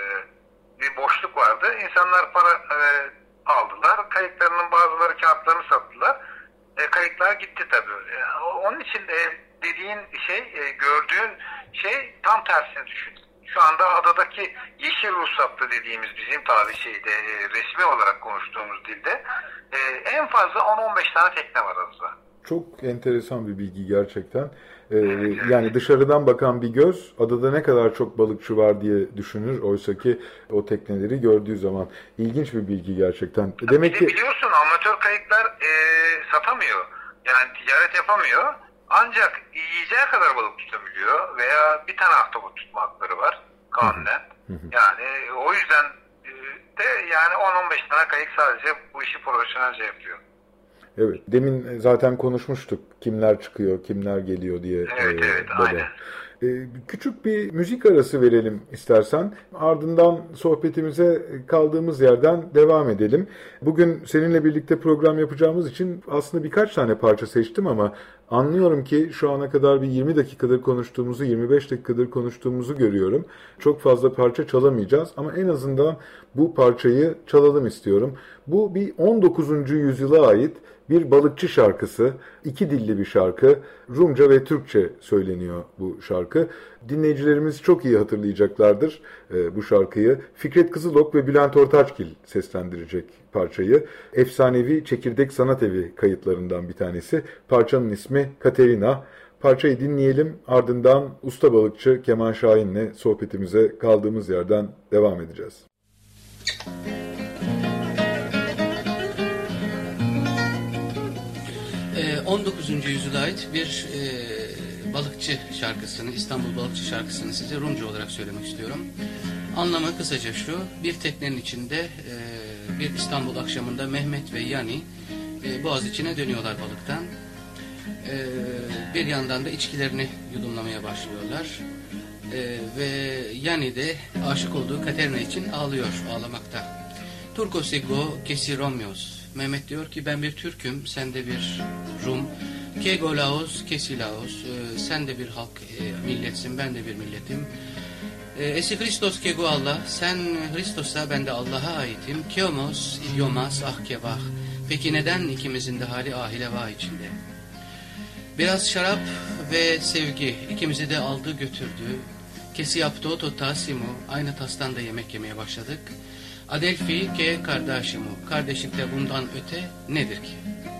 Bir boşluk vardı. İnsanlar para aldılar. Kayıklarının bazıları kağıtlarını sattılar. Kayıklar gitti tabii. Onun için dediğin gördüğün şey tam tersini düşün. Şu anda adadaki yeşil ruhsatlı dediğimiz bizim tabii resmi olarak konuştuğumuz dilde en fazla 10-15 tane tekne var adada.
Çok enteresan bir bilgi gerçekten. Yani dışarıdan bakan bir göz adada ne kadar çok balıkçı var diye düşünür. Oysa ki o tekneleri gördüğü zaman ilginç bir bilgi gerçekten. Demek ki
biliyorsun amatör kayıklar satamıyor. Yani ticaret yapamıyor. Ancak yiyeceği kadar balık tutabiliyor veya bir tane ahtapot tutma hakları var kanunen. Yani o yüzden de yani 10-15 tane kayık sadece bu işi profesyonelce yapıyor.
Evet. Demin zaten konuşmuştuk. Kimler çıkıyor, kimler geliyor diye.
Evet, aynen.
Küçük bir müzik arası verelim istersen. Ardından sohbetimize kaldığımız yerden devam edelim. Bugün seninle birlikte program yapacağımız için aslında birkaç tane parça seçtim ama anlıyorum ki şu ana kadar bir 20 dakikadır konuştuğumuzu, 25 dakikadır konuştuğumuzu görüyorum. Çok fazla parça çalamayacağız ama en azından bu parçayı çalalım istiyorum. Bu bir 19. yüzyıla ait bir balıkçı şarkısı. 2 dilli bir şarkı. Rumca ve Türkçe söyleniyor bu şarkı. Dinleyicilerimiz çok iyi hatırlayacaklardır bu şarkıyı. Fikret Kızılok ve Bülent Ortaçgil seslendirecek parçayı. Efsanevi Çekirdek Sanat Evi kayıtlarından bir tanesi. Parçanın ismi Katerina. Parçayı dinleyelim. Ardından usta balıkçı Kemal Şahin'le sohbetimize kaldığımız yerden devam edeceğiz.
19. yüzyıla ait bir balıkçı şarkısını, İstanbul balıkçı şarkısını size Rumca olarak söylemek istiyorum. Anlamı kısaca şu: bir teknenin içinde bir İstanbul akşamında Mehmet ve Yani boğaz içine dönüyorlar balıktan. Bir yandan da içkilerini yudumlamaya başlıyorlar. Ve Yani de aşık olduğu Katerina için ağlamakta. Turko sego kesiromyos. Mehmet diyor ki ben bir Türk'üm, sen de bir Rum. Kego Laos, Kesi Laos. Sen de bir halk milletsin, ben de bir milletim. Esi Christos Kego Allah, sen Christos'a, ben de Allah'a aitim. Keomos, idiomas, ah kevah. Peki neden ikimizin de hali ahileva içinde? Biraz şarap ve sevgi ikimizi de aldı götürdü. Che si aptoto tassimo, aynı tastan da yemek yemeye başladık. Adelphi che kardeşimo, kardeşlikte bundan öte nedir ki?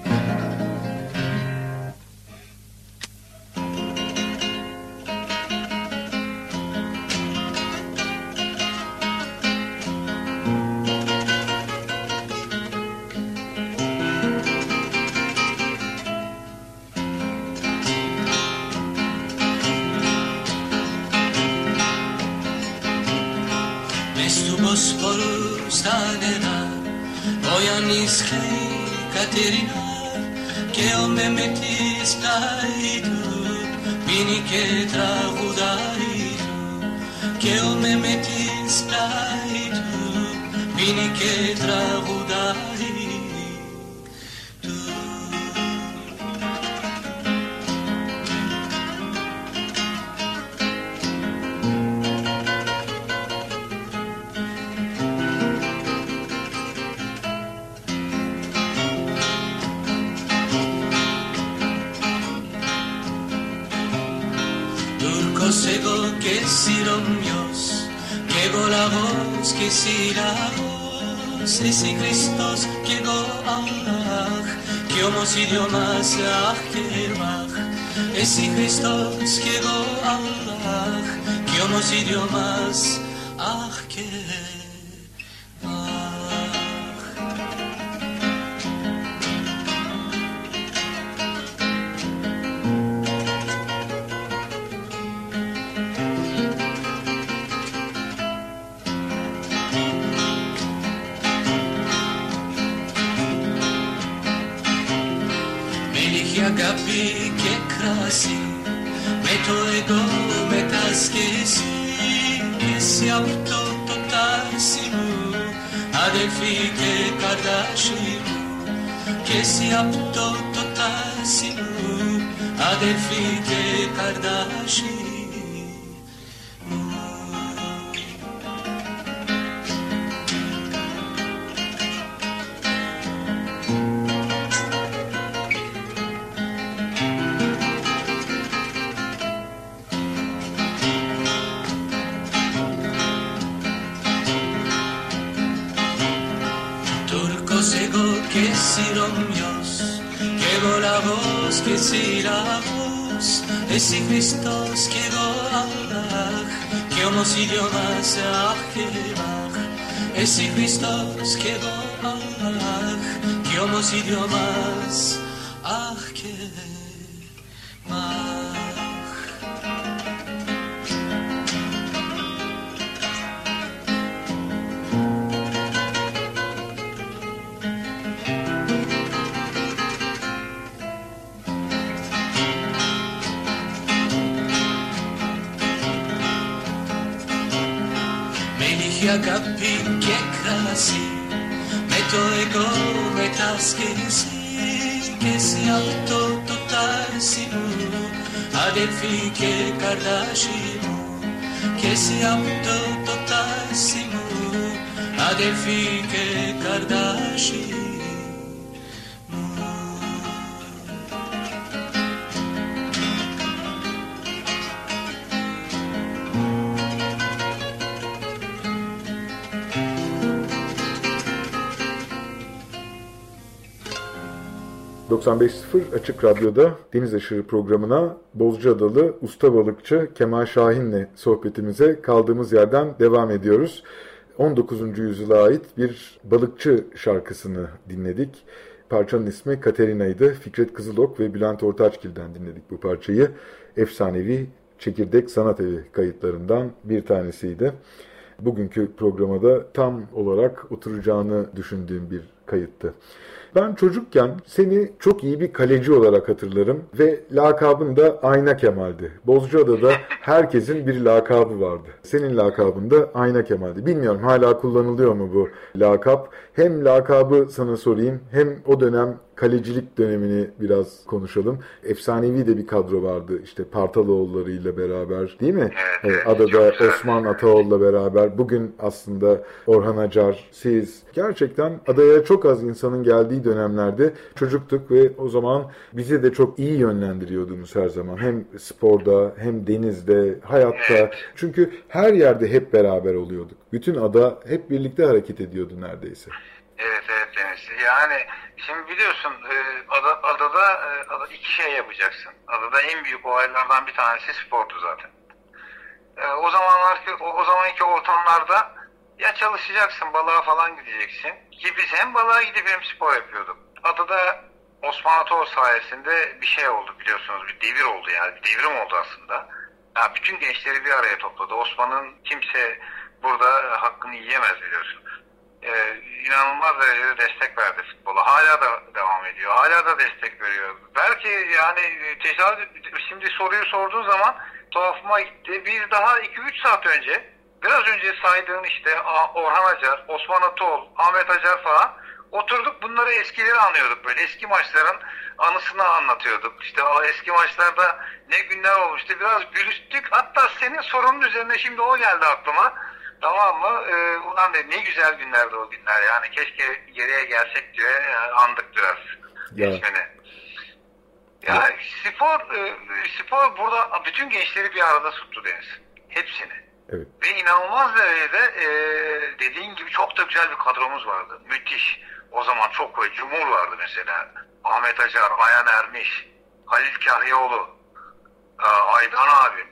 Katerina, che o me metis plaitu, vini che trahudaitu, che o me metis plaitu, vini che trahudaitu. Que si romios, que go la voz, que si la voz, esi Christos, que go Allah, que homos idiomas ahkelbach, esi Christos, que go Allah, que homos idiomas ahkelbach. Αγάπη και κράση, με το εγώ μετασκέσει και εσύ από το τάσι μου, αδελφή και καρδάσι μου, και εσύ από το τάσι μου, αδελφή και καρδάσι μου. Que si romios, que go la voz, que si la voz, esi Christos, que go Allah, que homos idiomas ahkelbach, esi Christos, que go Allah, que homos idiomas ahkelbach. Αγάπη και κράση, με το εγώ μετασκέσει και εσύ αυτό το τάσι μου, αδελφή και καρδάσι μου, και εσύ αυτό το τάσι μου, αδελφή και καρδάσι μου.
...95.0 Açık Radyo'da Deniz Aşırı programına Bozcaadalı usta balıkçı Kemal Şahin'le sohbetimize kaldığımız yerden devam ediyoruz. 19. yüzyıla ait bir balıkçı şarkısını dinledik. Parçanın ismi Katerina'ydı. Fikret Kızılok ve Bülent Ortaçgil'den dinledik bu parçayı. Efsanevi Çekirdek Sanat Evi kayıtlarından bir tanesiydi. Bugünkü programda tam olarak oturacağını düşündüğüm bir kayıttı. Ben çocukken seni çok iyi bir kaleci olarak hatırlarım ve lakabın da Ayna Kemal'di. Bozcaada'da herkesin bir lakabı vardı. Senin lakabın da Ayna Kemal'di. Bilmiyorum hala kullanılıyor mu bu lakap? Hem lakabı sana sorayım hem o dönem kalecilik dönemini biraz konuşalım. Efsanevi de bir kadro vardı. İşte Partaloğulları ile beraber, değil mi?
Evet,
Adada Osman Ataoğlu'la beraber. Bugün aslında Orhan Acar, siz. Gerçekten adaya çok az insanın geldiği dönemlerde çocuktuk ve o zaman bizi de çok iyi yönlendiriyordunuz her zaman. Hem sporda hem denizde, hayatta.
Evet.
Çünkü her yerde hep beraber oluyorduk. Bütün ada hep birlikte hareket ediyordu neredeyse.
Evet Deniz. Yani şimdi biliyorsun adada iki şey yapacaksın. Adada en büyük olaylardan bir tanesi spordu zaten. O zamanki ortamlarda ya çalışacaksın, balığa falan gideceksin. Ki biz hem balığa gidip hem spor yapıyorduk. Adada Osman Ataoğlu sayesinde bir şey oldu biliyorsunuz. Bir devir oldu yani. Bir devrim oldu aslında. Ya bütün gençleri bir araya topladı. Osman'ın kimse burada hakkını yiyemez biliyorsun. İnanılmaz derecede destek verdi futbola. Hala da devam ediyor. Hala da destek veriyor. Belki yani şimdi soruyu sorduğun zaman tuhafıma gitti. Biz daha 2-3 saat önce, biraz önce saydığın işte Orhan Acar, Osman Ataoğlu, Ahmet Acar falan oturduk bunları eskileri anıyorduk böyle. Eski maçların anısını anlatıyorduk. İşte o eski maçlarda ne günler olmuştu. Biraz gülüştük. Hatta senin sorunun üzerine şimdi o geldi aklıma. Tamam mı? Ulan de ne güzel günlerdi o günler yani. Keşke geriye gelsek diye andık biraz geçmeni. Ya spor burada bütün gençleri bir arada tuttu Deniz. Hepsini.
Evet.
Ve inanılmaz derecede dediğin gibi çok da güzel bir kadromuz vardı. Müthiş. O zaman çok böyle Cumhur vardı mesela. Ahmet Acar, Ayhan Ermiş, Halil Kahyaoğlu, Aydan abi.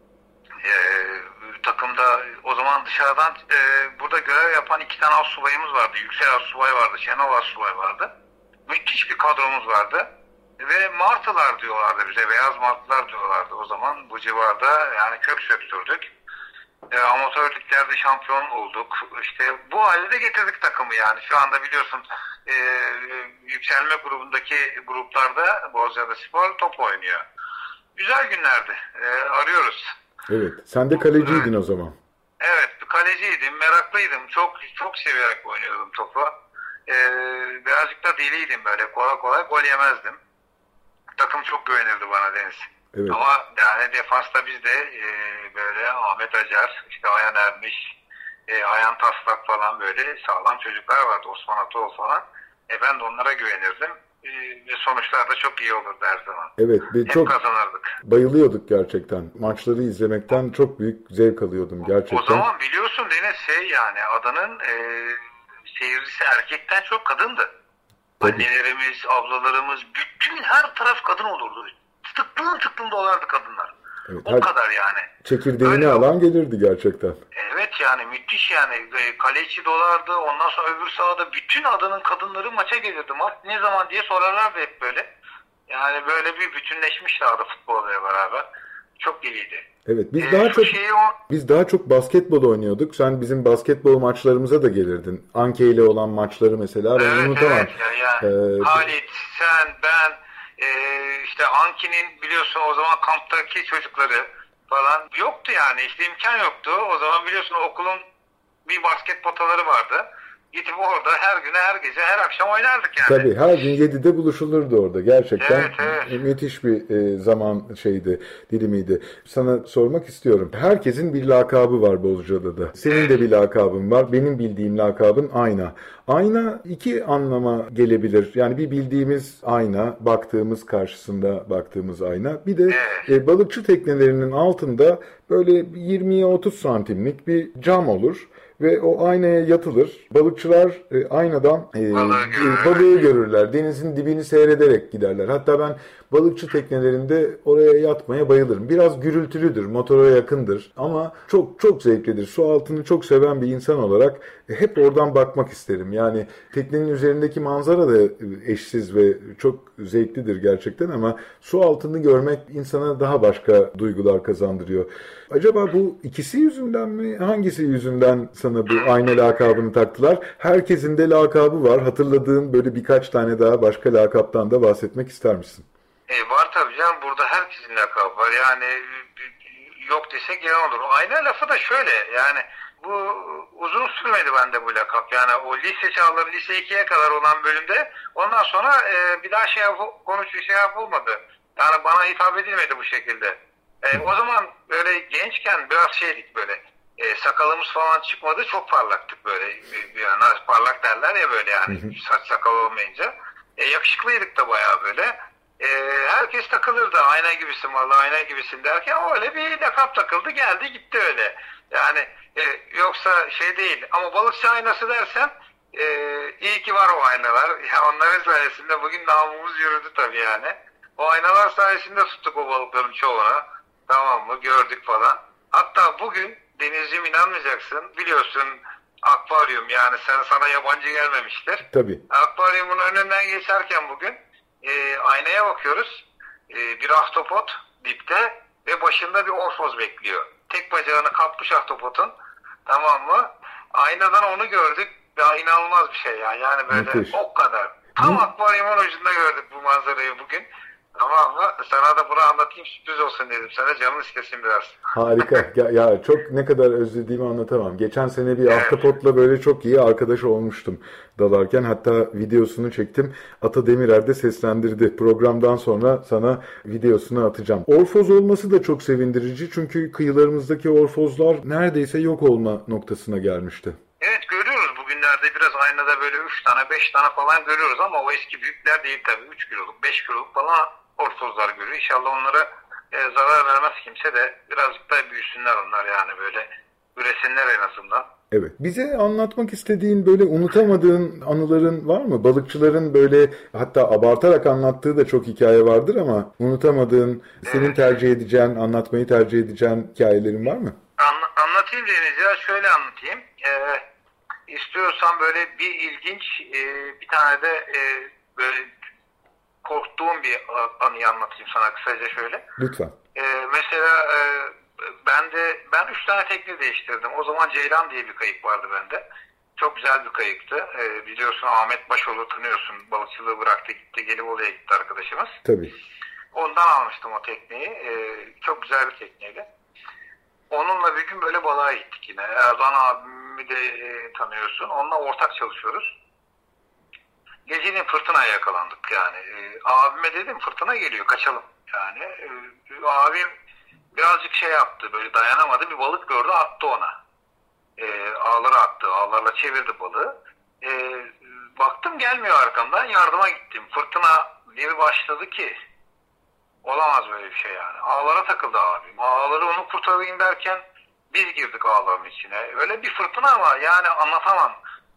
Takımda o zaman dışarıdan burada görev yapan 2 tane astsubayımız vardı. Yüksel Astsubay vardı, Şenol Astsubay vardı. Müthiş bir kadromuz vardı. Ve Martılar diyorlardı bize, Beyaz Martılar diyorlardı o zaman. Bu civarda yani kök söktürdük. Amatör liglerde şampiyon olduk. İşte bu hale de getirdik takımı yani. Şu anda biliyorsun yükselme grubundaki gruplarda Bozcaadaspor top oynuyor. Güzel günlerdi. Arıyoruz.
Evet. Sen de kaleciydin o zaman.
Evet. Kaleciydim. Meraklıydım. Çok severek oynuyordum topu. Birazcık da deliydim böyle. Kolay kolay gol yemezdim. Takım çok güvenirdi bana Deniz.
Evet.
Ama yani defansta bizde böyle Ahmet Acar, işte Ayhan Ermiş, Ayhan Taslak falan böyle sağlam çocuklar vardı. Osman Ataoğlu falan. Ben de onlara güvenirdim. Ve sonuçlar da çok iyi olurdu her zaman.
Evet.
Hep çok kazanırdık.
Bayılıyorduk gerçekten. Maçları izlemekten çok büyük zevk alıyordum gerçekten.
O zaman biliyorsun Deniz yani adanın seyircisi erkekten çok kadındı. Tabii. Annelerimiz, ablalarımız, bütün her taraf kadın olurdu. Tıklım dolardı kadınlar.
Evet,
o kadar yani.
Çekirdeğini
öyle
alan gelirdi gerçekten.
Evet yani müthiş yani. Kaleci dolardı. Ondan sonra öbür sahada bütün adanın kadınları maça gelirdi. Maç ne zaman diye sorarlardı hep böyle. Yani böyle bir bütünleşmişlerdi futbolla beraber. Çok iyiydi.
Evet biz daha çok basketbol oynuyorduk. Sen bizim basketbol maçlarımıza da gelirdin. Anke ile olan maçları mesela ben unutamam.
Evet yani Halit, sen, ben işte Anki'nin biliyorsun o zaman kamptaki çocukları falan yoktu yani işte imkan yoktu. O zaman biliyorsun okulun bir basket potaları vardı. Gidip orada her gün, her gece, her akşam oynardık yani.
Tabii her gün 7'de buluşulurdu orada. Gerçekten
evet.
Müthiş bir zaman dilimiydi. Sana sormak istiyorum. Herkesin bir lakabı var Bozcaada'da. Senin de bir lakabın var. Benim bildiğim lakabın ayna. Ayna iki anlama gelebilir. Yani bir bildiğimiz ayna, karşısında baktığımız ayna. Bir de balıkçı teknelerinin altında böyle 20'ye 30 santimlik bir cam olur. Ve o aynaya yatılır. Balıkçılar aynadan balığı görürler. Denizin dibini seyrederek giderler. Hatta ben balıkçı teknelerinde oraya yatmaya bayılırım. Biraz gürültülüdür, motora yakındır ama çok çok zevklidir. Su altını çok seven bir insan olarak hep oradan bakmak isterim. Yani teknenin üzerindeki manzara da eşsiz ve çok zevklidir gerçekten ama su altını görmek insana daha başka duygular kazandırıyor. Acaba bu ikisi yüzünden mi? Hangisi yüzünden sana bu ayna lakabını taktılar? Herkesin de lakabı var. Hatırladığın böyle birkaç tane daha başka lakaptan da bahsetmek ister misin?
Var tabii canım. Burada herkesin lakabı var. Yani yok desek yalan olur. Ayna lafı da şöyle yani Bu uzun sürmedi bende bu lakap. Yani o lise çağları, lise 2'ye kadar olan bölümde. Ondan sonra bir daha şey yapılmadı. Yani bana hitap edilmedi bu şekilde. O zaman böyle gençken biraz şeydik böyle. Sakalımız falan çıkmadı. Çok parlaktık böyle. Yani parlak derler ya böyle yani. Saç sakal olmayınca. Yakışıklıydık da bayağı böyle. Herkes takılırdı. Ayna gibisin vallahi, ayna gibisin derken öyle bir lakap takıldı, geldi gitti öyle. Yani yoksa şey değil. Ama balıkçı aynası dersen iyi ki var o aynalar. Ya onların sayesinde bugün namımız yürüdü tabii yani. O aynalar sayesinde tuttuk o balıkların çoğunu. Tamam mı? Gördük falan. Hatta bugün Denizciğim inanmayacaksın. Biliyorsun akvaryum, yani sana yabancı gelmemiştir.
Tabii.
Akvaryumun önünden geçerken bugün aynaya bakıyoruz. Bir ahtapot dipte ve başında bir orfoz bekliyor. Tek bacağını kapmış ahtapotun. Tamam mı? Aynadan onu gördük. Ya inanılmaz bir şey ya. Yani böyle
müthiş.
O kadar. Tam akvaryumun ucunda gördük bu manzarayı bugün. Tamam mı? Sana da bunu anlatayım, sürpriz olsun dedim. Sana canın istesin biraz.
Harika. Ya çok ne kadar özlediğimi anlatamam. Geçen sene bir ahtapotla böyle çok iyi arkadaş olmuştum dalarken. Hatta videosunu çektim. Ata Demirer de seslendirdi. Programdan sonra sana videosunu atacağım. Orfoz olması da çok sevindirici. Çünkü kıyılarımızdaki orfozlar neredeyse yok olma noktasına gelmişti.
Evet, görüyoruz bugünlerde biraz aynada böyle 3 tane 5 tane falan görüyoruz ama o eski büyükler değil tabii. 3 kiloluk 5 kiloluk falan orfozlar görüyor. İnşallah onlara zarar vermez kimse de, birazcık da büyüsünler onlar yani, böyle üresinler en azından.
Evet. Bize anlatmak istediğin böyle unutamadığın anıların var mı? Balıkçıların böyle hatta abartarak anlattığı da çok hikaye vardır ama unutamadığın, senin tercih edeceğin, anlatmayı tercih edeceğin hikayelerin var mı?
Anlatayım Deniz ya, şöyle anlatayım. İstiyorsan böyle bir ilginç bir tane de böyle korktuğum bir anıyı anlatayım sana kısaca şöyle.
Lütfen.
Mesela ben 3 tane tekne değiştirdim. O zaman Ceylan diye bir kayık vardı bende. Çok güzel bir kayıktı. Biliyorsun Ahmet Başoğlu, tanıyorsun. Balıkçılığı bıraktı gitti. Gelibolu'ya gitti arkadaşımız.
Tabii.
Ondan almıştım o tekneyi. Çok güzel bir tekneydi. Onunla bir gün böyle balığa gittik yine. Erdoğan abimi de tanıyorsun. Onunla ortak çalışıyoruz. Gecenin fırtınaya yakalandık yani. Abime dedim fırtına geliyor, kaçalım. Yani abim birazcık şey yaptı, böyle dayanamadı, bir balık gördü, attı ona. Ağları attı, ağlarla çevirdi balığı. Baktım gelmiyor arkamdan, yardıma gittim. Fırtına bir başladı ki olamaz böyle bir şey yani. Ağlara takıldı abim. Ağları onu kurtarayım derken biz girdik ağların içine. Öyle bir fırtına ama yani anlatamam.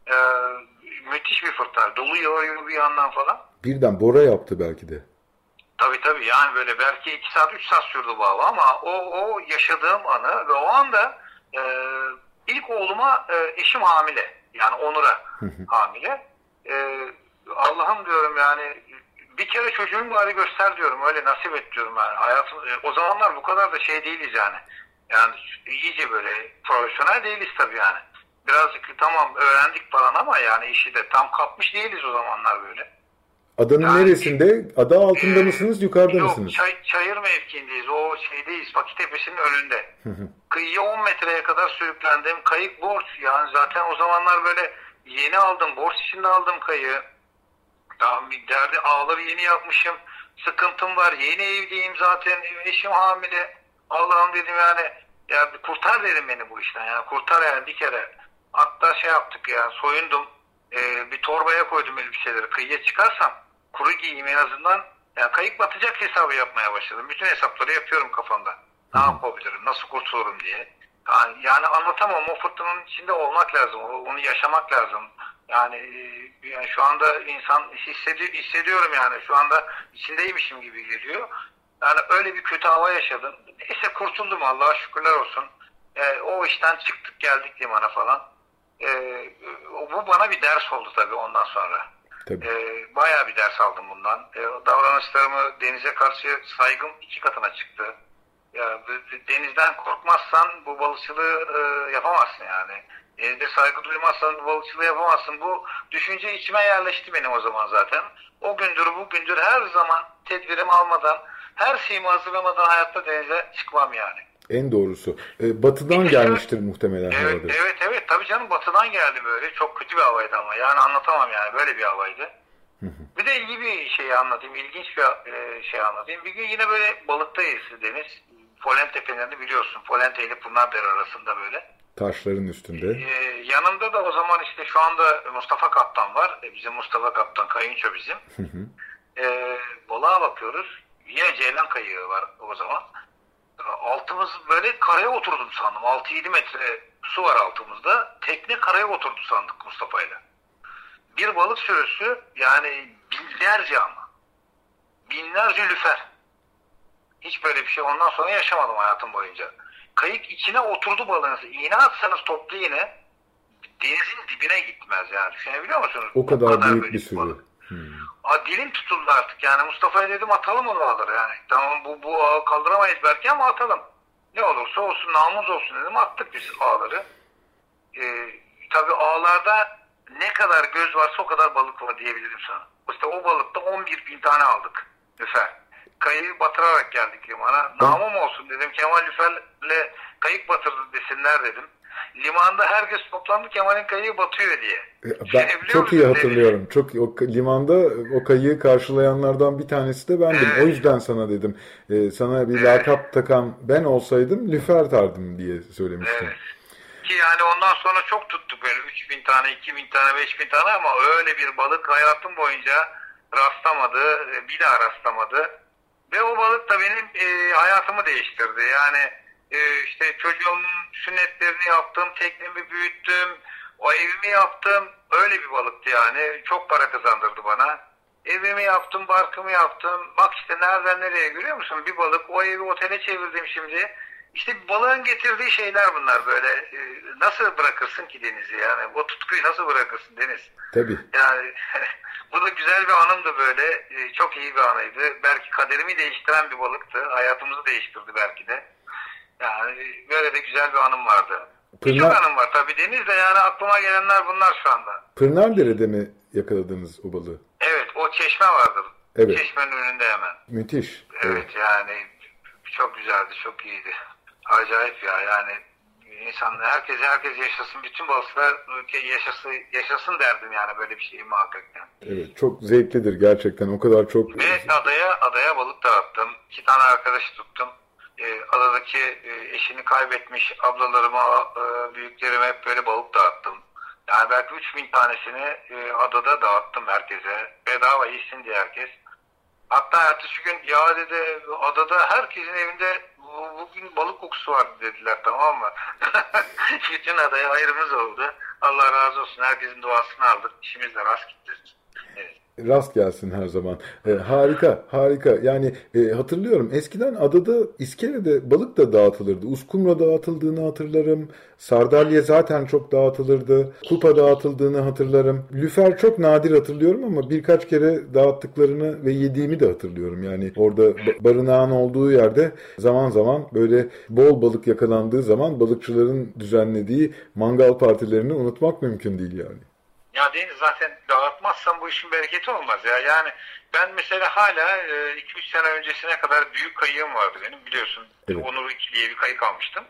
Müthiş bir fırtına. Dolu yağıyor bir yandan falan.
Birden Bora yaptı belki de.
Tabii yani böyle belki 2 saat 3 saat sürdü bu hava ama o yaşadığım anı ve o anda ilk oğluma eşim hamile. Yani Onur'a hamile. Allah'ım diyorum yani, bir kere çocuğun bari göster diyorum, öyle nasip et diyorum yani. Hayatım, o zamanlar bu kadar da şey değiliz yani. Yani iyice böyle profesyonel değiliz tabii yani. Birazcık tamam öğrendik falan ama yani işi de tam kapmış değiliz o zamanlar böyle.
Adanın yani, neresinde? Ada altında mısınız, yukarıda mısınız?
Yok, Çayır mevkiindeyiz. O şeydeyiz, Fakittepe'sinin önünde. Kıyıya 10 metreye kadar sürüklendim. Kayık borç yani, zaten o zamanlar böyle yeni aldım. Borç içinde aldım kayığı. Tamam, bir derdi, ağları yeni yapmışım. Sıkıntım var. Yeni evliyim zaten. Eşim hamile. Allah'ım dedim yani. Ya kurtar dedim beni bu işten. Yani kurtar yani bir kere. Hatta şey yaptık ya, soyundum. Bir torbaya koydum elbiseleri. Kıyıya çıkarsam kuru giyeyim en azından. Yani kayık batacak hesabı yapmaya başladım. Bütün hesapları yapıyorum kafamda. Ne yapabilirim? Nasıl kurtulurum diye. Yani anlatamam. O fırtınanın içinde olmak lazım. Onu yaşamak lazım. Yani şu anda insan hissediyorum yani. Şu anda içindeymişim gibi geliyor. Yani öyle bir kötü hava yaşadım. Neyse kurtuldum, Allah'a şükürler olsun. O işten çıktık, geldik limana falan. Bu bana bir ders oldu tabii ondan sonra. Bayağı bir ders aldım bundan. Davranışlarımı, denize karşı saygım 2 katına çıktı. Ya, denizden korkmazsan bu balıkçılığı yapamazsın yani. Denizde saygı duymazsan bu balıkçılığı yapamazsın. Bu düşünce içime yerleşti benim o zaman zaten. O gündür bugündür her zaman tedbirimi almadan, her şeyimi hazırlamadan hayatta denize çıkmam yani.
En doğrusu. Batıdan gelmiştir muhtemelen havadır.
Evet tabii canım, batıdan geldi böyle. Çok kötü bir havaydı ama. Yani anlatamam yani, böyle bir havaydı. Bir de iyi bir şey anlatayım. İlginç bir şey anlatayım. Bir gün yine böyle balıktayız Deniz. Polen tepelerini biliyorsun. Polente ile Pınardere arasında böyle.
Taşların üstünde.
Yanımda da o zaman işte şu anda Mustafa Kaptan var. Bizim Mustafa Kaptan, kayınço bizim. Balığa bakıyoruz. Yine ceylan kayığı var o zaman. Altımız böyle karaya oturdu sandım. 6-7 metre su var altımızda. Tekne karaya oturdu sandık Mustafa'yla. Bir balık sürüsü, yani binlerce ama. Binlerce lüfer. Hiç böyle bir şey ondan sonra yaşamadım hayatım boyunca. Kayık içine oturdu balığın. İğne atsanız toplu iğne denizin dibine gitmez yani. Düşünebiliyor musunuz?
O kadar büyük bir sürü.
Dilim tutuldu artık yani. Mustafa'ya dedim atalım onu ağları yani. Tamam, bu ağı kaldıramayız belki ama atalım. Ne olursa olsun, namımız olsun dedim, attık biz ağları. Tabii ağlarda ne kadar göz varsa o kadar balık var diyebilirim sana. İşte o balıkta 11.000 tane aldık lüfer. Kayığı batırarak geldik limana. Namım olsun dedim, Kemal lüferle kayık batırdı desinler dedim. Limanda herkes toplandı, Kemal'in kayığı batıyor diye.
Ben çok iyi hatırlıyorum. Limanda o kayığı karşılayanlardan bir tanesi de bendim. Evet. O yüzden sana dedim. Sana bir lakap takan ben olsaydım lüfer tardım diye söylemiştim. Evet.
Ki yani ondan sonra çok tuttuk böyle 3.000 tane, 2.000 tane, 5.000 tane ama öyle bir balık hayatım boyunca rastlamadı. Bir daha rastlamadı. Ve o balık da benim hayatımı değiştirdi. Yani işte çocuğumun sünnetlerini yaptım, teknemi büyüttüm, o evimi yaptım. Öyle bir balıktı yani. Çok para kazandırdı bana. Evimi yaptım, barkımı yaptım. Bak işte nereden nereye, görüyor musun? Bir balık, o evi otele çevirdim şimdi. İşte balığın getirdiği şeyler bunlar böyle. Nasıl bırakırsın ki denizi yani? O tutkuyu nasıl bırakırsın Deniz?
Tabii.
Yani bu da güzel bir anımdı böyle. Çok iyi bir anıydı. Belki kaderimi değiştiren bir balıktı. Hayatımızı değiştirdi belki de. Yani böyle de güzel bir anım vardı. Birçok anım var tabii Deniz'de, yani aklıma gelenler bunlar şu anda.
Pınardere'de mi yakaladınız o balığı? Evet,
o çeşme vardır.
Evet.
Çeşmenin önünde hemen.
Müthiş.
Evet yani çok güzeldi, çok iyiydi. Acayip ya, yani insanlar, herkes yaşasın, bütün balıkçılar yaşasın derdim yani, böyle bir şeyi muhakkak yani.
Evet, çok zevklidir gerçekten, o kadar çok.
Ve adaya balık dağıttım. 2 tane arkadaşı tuttum. Adadaki eşini kaybetmiş ablalarıma, büyüklerime hep böyle balık dağıttım. Yani belki 3.000 tanesini adada dağıttım herkese. Bedava yesin diye herkes. Hatta ertesi gün ya dedi, adada herkesin evinde bugün balık kokusu vardı dediler, tamam mı? Bütün adaya hayrımız oldu. Allah razı olsun. Herkesin duasını aldık. İşimiz de rast gitti. Evet.
Rast gelsin her zaman. Harika. Yani hatırlıyorum, eskiden adada iskelede balık da dağıtılırdı. Uskumra dağıtıldığını hatırlarım. Sardalya zaten çok dağıtılırdı. Kupa dağıtıldığını hatırlarım. Lüfer çok nadir hatırlıyorum ama birkaç kere dağıttıklarını ve yediğimi de hatırlıyorum. Yani orada barınağın olduğu yerde zaman zaman böyle bol balık yakalandığı zaman balıkçıların düzenlediği mangal partilerini unutmak mümkün değil yani.
Ya Deniz, zaten dağıtmazsan bu işin bereketi olmaz ya. Yani ben mesela hala 2-3 sene öncesine kadar büyük kayığım vardı benim, biliyorsun. Evet. Onur 2 diye bir kayık almıştım.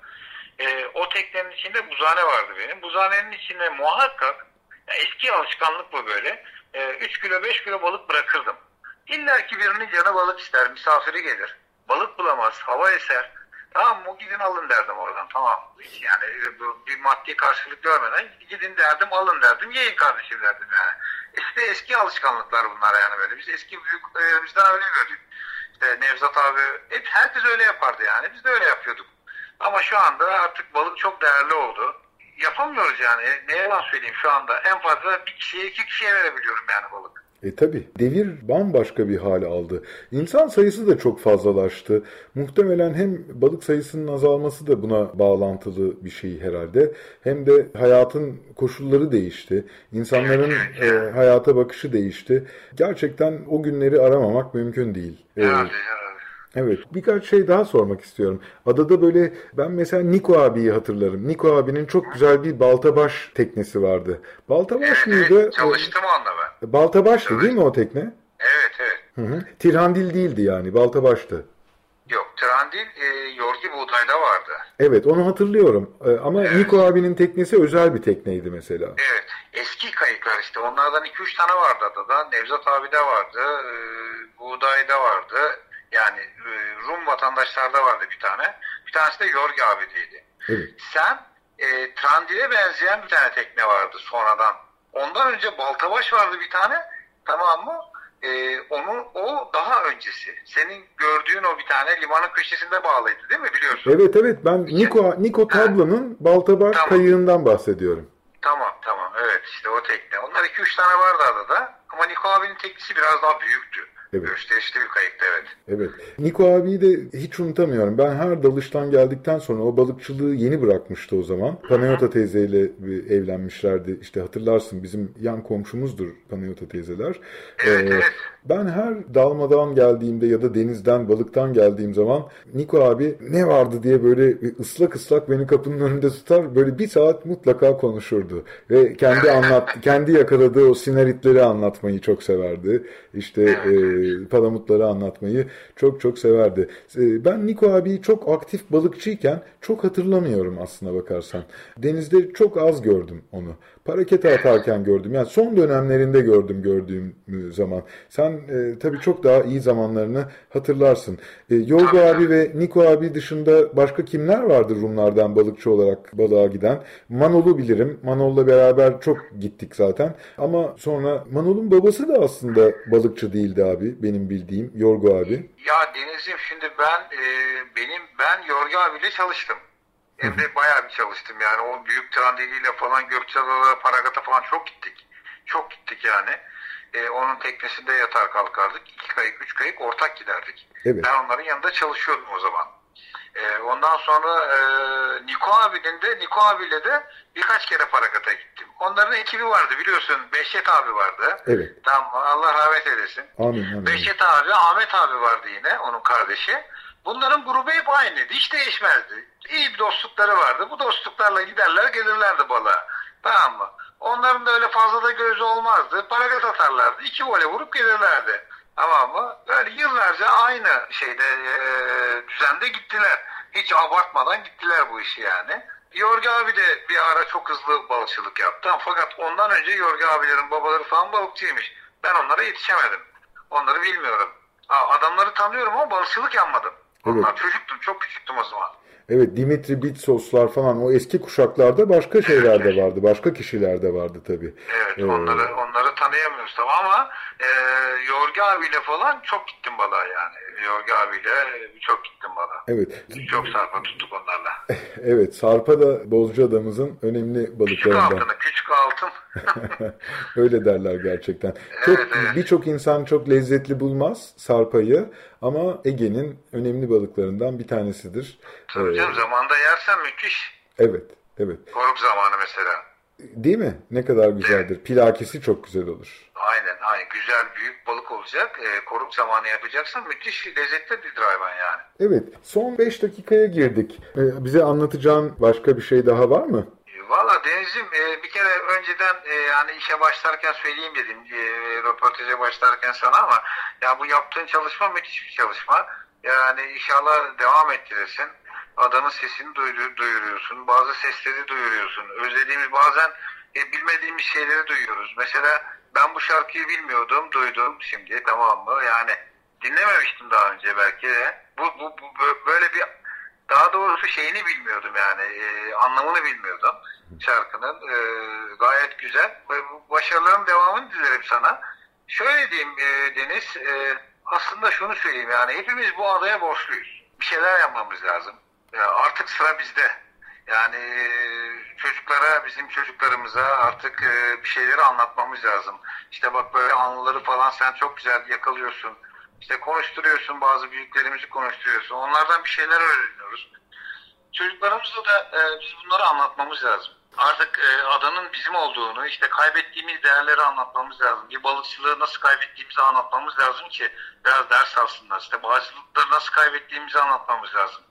O teknenin içinde buzhane vardı benim. Buzhanenin içine muhakkak, eski alışkanlık bu böyle, 3 kilo 5 kilo balık bırakırdım. İlla ki birinin canı balık ister, misafiri gelir. Balık bulamaz, hava eser. Tamam mı? Gidin alın derdim oradan. Tamam. Yani bir maddi karşılık görmeden gidin derdim, alın derdim, yiyin kardeşim derdim yani. İşte eski alışkanlıklar bunlar yani böyle. Biz eski büyüklerimizden öyle gördük. İşte Nevzat abi, hep herkes öyle yapardı yani. Biz de öyle yapıyorduk. Ama şu anda artık balık çok değerli oldu. Yapamıyoruz yani. Ne yalan söyleyeyim, şu anda en fazla bir kişiye 2 kişiye verebiliyorum yani balık.
Tabii. Devir bambaşka bir hal aldı. İnsan sayısı da çok fazlalaştı. Muhtemelen hem balık sayısının azalması da buna bağlantılı bir şey herhalde. Hem de hayatın koşulları değişti. İnsanların hayata bakışı değişti. Gerçekten o günleri aramamak mümkün değil. Evet. Birkaç şey daha sormak istiyorum. Adada böyle, ben mesela Niko abiyi hatırlarım. Niko abinin çok güzel bir baltabaş teknesi vardı. Baltabaş mıydı?
Evet, çalıştım onunla ben.
Baltabaştı değil mi o tekne?
Evet.
Tirhandil değildi yani, baltabaştı.
Yok, trandil yorgi buğdayda vardı.
Evet, onu hatırlıyorum. Ama
Evet.
Niko abinin teknesi özel bir tekneydi mesela.
Evet. Eski kayıklar işte. Onlardan 2-3 tane vardı adada. Nevzat abi de vardı. Buğday'da vardı. Yani Rum vatandaşlarda vardı bir tane. Bir tanesi de Yorgi abideydi.
Evet.
Sen Trandil'e benzeyen bir tane tekne vardı sonradan. Ondan önce Baltabaş vardı bir tane. Tamam mı? O daha öncesi. Senin gördüğün o bir tane limanın köşesinde bağlıydı değil mi? Biliyorsun.
Evet, ben Niko Tablo'nun Baltabaş
Tamam.
kayığından bahsediyorum.
Tamam. Evet, işte o tekne. Onlar 2-3 tane vardı adada. Ama Niko abinin teknesi biraz daha büyüktü.
Evet.
Gösterişli bir kayıktı, evet.
Evet. Niko abiyi de hiç unutamıyorum. Ben her dalıştan geldikten sonra o balıkçılığı yeni bırakmıştı o zaman. Panayota teyzeyle evlenmişlerdi. İşte hatırlarsın, bizim yan komşumuzdur Panayota teyzeler.
Evet.
Ben her dalmadan geldiğimde ya da denizden, balıktan geldiğim zaman Niko abi ne vardı diye böyle ıslak ıslak beni kapının önünde tutar. Böyle bir saat mutlaka konuşurdu. Ve kendi yakaladığı o sinaritleri anlatmayı çok severdi. İşte palamutları anlatmayı çok severdi. Ben Niko abiyi çok aktif balıkçıyken çok hatırlamıyorum aslına bakarsan. Denizde çok az gördüm onu. Parakete atarken gördüm. Yani son dönemlerinde gördüğüm zaman. Sen tabii çok daha iyi zamanlarını hatırlarsın. Yorgo abi ve Niko abi dışında başka kimler vardır Rumlardan balıkçı olarak balığa giden? Manol'u bilirim. Manol'la beraber çok gittik zaten. Ama sonra Manol'un babası da aslında balıkçı değildi abi. Benim bildiğim Yorgo abi.
Ya Deniz'im, şimdi ben Yorgi abiyle çalıştım. Hem de bayağı bir çalıştım yani. O büyük trandiliyle falan Gökçeada'da, Paragat'a falan çok gittik. Çok gittik yani. Onun teknesinde yatar kalkardık. 2 kayık, 3 kayık ortak giderdik.
Evet.
Ben onların yanında çalışıyordum o zaman. Ondan sonra Niko abiyle de birkaç kere Paragat'a gittim. Onların ekibi vardı biliyorsun. Behçet abi vardı.
Evet.
Tamam, Allah rahmet eylesin.
Amin.
Behçet abi, Ahmet abi vardı yine, onun kardeşi. Bunların grubu hep aynıydı. Hiç değişmezdi. İyi bir dostlukları vardı. Bu dostluklarla giderler gelirlerdi balığa. Tamam mı? Onların da öyle fazla da gözü olmazdı. Paragat atarlardı. 2 vole vurup gelirlerdi. Tamam mı? Böyle yıllarca aynı düzende gittiler. Hiç abartmadan gittiler bu işi yani. Yorgi abi de bir ara çok hızlı balıkçılık yaptı. Fakat ondan önce Yorgi abilerin babaları falan balıkçıymış. Ben onlara yetişemedim. Onları bilmiyorum. Adamları tanıyorum ama balıkçılık yapmadım. Onlar çocuktum, çok küçüktüm o zaman.
Evet, Dimitri Bitsoslar falan, o eski kuşaklarda başka şeyler de vardı. Başka kişiler de vardı tabii.
Evet, onları tanıyamıyoruz tabii ama Yorgi abiyle falan çok gittim balığa yani. Yorgi abiyle çok gittim balığa.
Evet.
Çok sarpa tuttuk onlarla.
Evet, sarpa da Bozcaada'mızın önemli balıklarından.
Küçük altın.
Öyle derler gerçekten. Birçok insan çok lezzetli bulmaz sarpayı ama Ege'nin önemli balıklarından bir tanesidir.
Tabii canım, zamanında yersen müthiş.
Evet.
Koruk zamanı mesela.
Değil mi? Ne kadar güzeldir. Evet. Pilakesi çok güzel olur.
Aynen. Güzel büyük balık olacak. Koruk zamanı yapacaksan müthiş lezzetli bir hayvan yani.
Evet. Son 5 dakikaya girdik. Bize anlatacağın başka bir şey daha var mı?
Valla Deniz'im, bir kere önceden yani işe başlarken söyleyeyim dedim, röportaja başlarken sana, ama ya bu yaptığın çalışma müthiş bir çalışma. Yani inşallah devam ettirirsin. Adanın sesini duyuruyorsun. Bazı sesleri duyuruyorsun. Özlediğimiz, bazen bilmediğimiz şeyleri duyuyoruz. Mesela ben bu şarkıyı bilmiyordum, duydum şimdi, tamam mı? Yani dinlememiştim daha önce belki de. Bu böyle bir, daha doğrusu şeyini bilmiyordum yani, anlamını bilmiyordum şarkının. Gayet güzel. Başarıların devamını dilerim sana. Şöyle diyeyim Deniz, aslında şunu söyleyeyim, yani hepimiz bu adaya borçluyuz. Bir şeyler yapmamız lazım. Artık sıra bizde. Yani bizim çocuklarımıza artık bir şeyleri anlatmamız lazım. İşte bak, böyle anıları falan sen çok güzel yakalıyorsun. İşte konuşturuyorsun, bazı büyüklerimizi konuşturuyorsun. Onlardan bir şeyler öğreniyoruz. Çocuklarımıza da biz bunları anlatmamız lazım. Artık adanın bizim olduğunu, işte kaybettiğimiz değerleri anlatmamız lazım. Bir balıkçılığı nasıl kaybettiğimizi anlatmamız lazım ki biraz ders alsınlar. İşte bağcılıkları nasıl kaybettiğimizi anlatmamız lazım.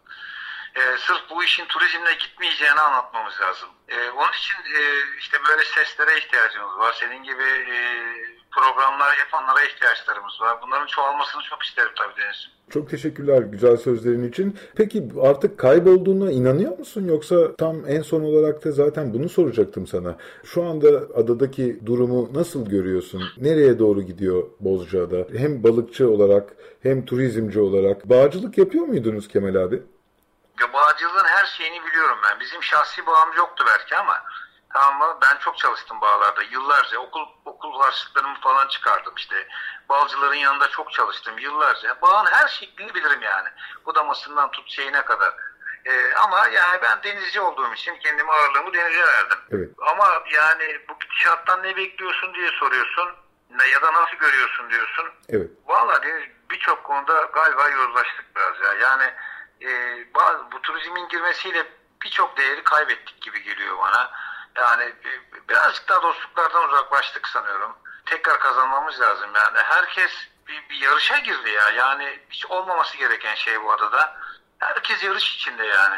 Sırf bu işin turizmle gitmeyeceğini anlatmamız lazım. Onun için işte böyle seslere ihtiyacımız var. Senin gibi programlar yapanlara ihtiyaçlarımız var. Bunların çoğalmasını çok isterim tabii Deniz'ciğim.
Çok teşekkürler güzel sözlerin için. Peki artık kaybolduğuna inanıyor musun? Yoksa tam en son olarak da zaten bunu soracaktım sana. Şu anda adadaki durumu nasıl görüyorsun? Nereye doğru gidiyor Bozcaada? Hem balıkçı olarak hem turizmci olarak. Bağcılık yapıyor muydunuz Kemal abi?
Ya, bağcılığın her şeyini biliyorum ben. Bizim şahsi bağım yoktu belki ama tamam mı? Ben çok çalıştım bağlarda. Yıllarca okul harçlıklarımı falan çıkardım işte. Balcıların yanında çok çalıştım yıllarca. Bağın her şeklini bilirim yani. Budamasından tut şeyine kadar. Ama yani ben denizci olduğum için kendime ağırlığımı denize verdim.
Evet.
Ama yani bu gidişattan ne bekliyorsun diye soruyorsun. Ya da nasıl görüyorsun diyorsun.
Evet.
Vallahi Deniz, birçok konuda galiba yozlaştık biraz ya. Yani bu turizmin girmesiyle birçok değeri kaybettik gibi geliyor bana. Yani birazcık daha dostluklardan uzaklaştık sanıyorum. Tekrar kazanmamız lazım yani. Herkes bir yarışa girdi ya. Yani hiç olmaması gereken şey bu adada. Herkes yarış içinde yani.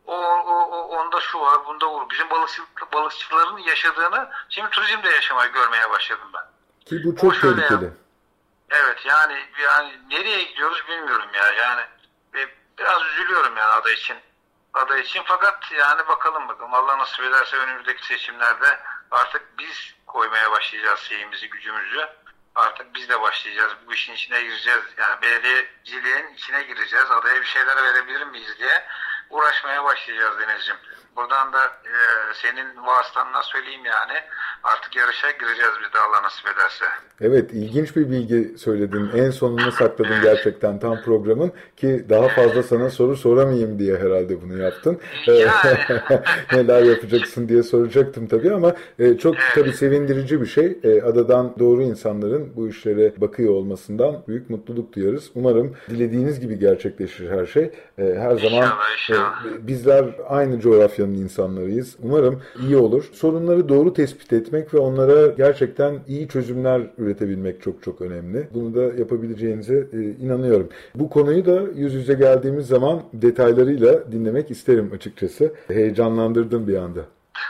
Onda şu var, bunda bu. Bizim balıkçıların yaşadığını şimdi turizmde görmeye başladım ben.
Ki bu çok tehlikeli.
Evet yani nereye gidiyoruz bilmiyorum ya. Yani biraz üzülüyorum yani ada için. Fakat yani bakalım Allah nasip ederse önümüzdeki seçimlerde artık biz koymaya başlayacağız şeyimizi, gücümüzü. Artık biz de başlayacağız. Bu işin içine gireceğiz. Yani belediyeciliğin içine gireceğiz. Adaya bir şeyler verebilir miyiz diye uğraşmaya başlayacağız Deniz'ciğim. Buradan da senin vasıtanla söyleyeyim yani. Artık yarışa gireceğiz biz de Allah nasip ederse.
Evet, ilginç bir bilgi söyledin. En sonunu sakladın gerçekten tam programın ki daha fazla sana soru soramayayım diye herhalde bunu yaptın.
Yani.
Neler yapacaksın diye soracaktım tabii ama çok tabii sevindirici bir şey. Adadan doğru insanların bu işlere bakıyor olmasından büyük mutluluk duyarız. Umarım dilediğiniz gibi gerçekleşir her şey. Her zaman
İnşallah.
Bizler aynı coğrafyanın insanlarıyız. Umarım iyi olur. Sorunları doğru tespit etmek ve onlara gerçekten iyi çözümler üretebilmek çok çok önemli. Bunu da yapabileceğinize inanıyorum. Bu konuyu da yüz yüze geldiğimiz zaman detaylarıyla dinlemek isterim açıkçası. Heyecanlandırdım bir anda.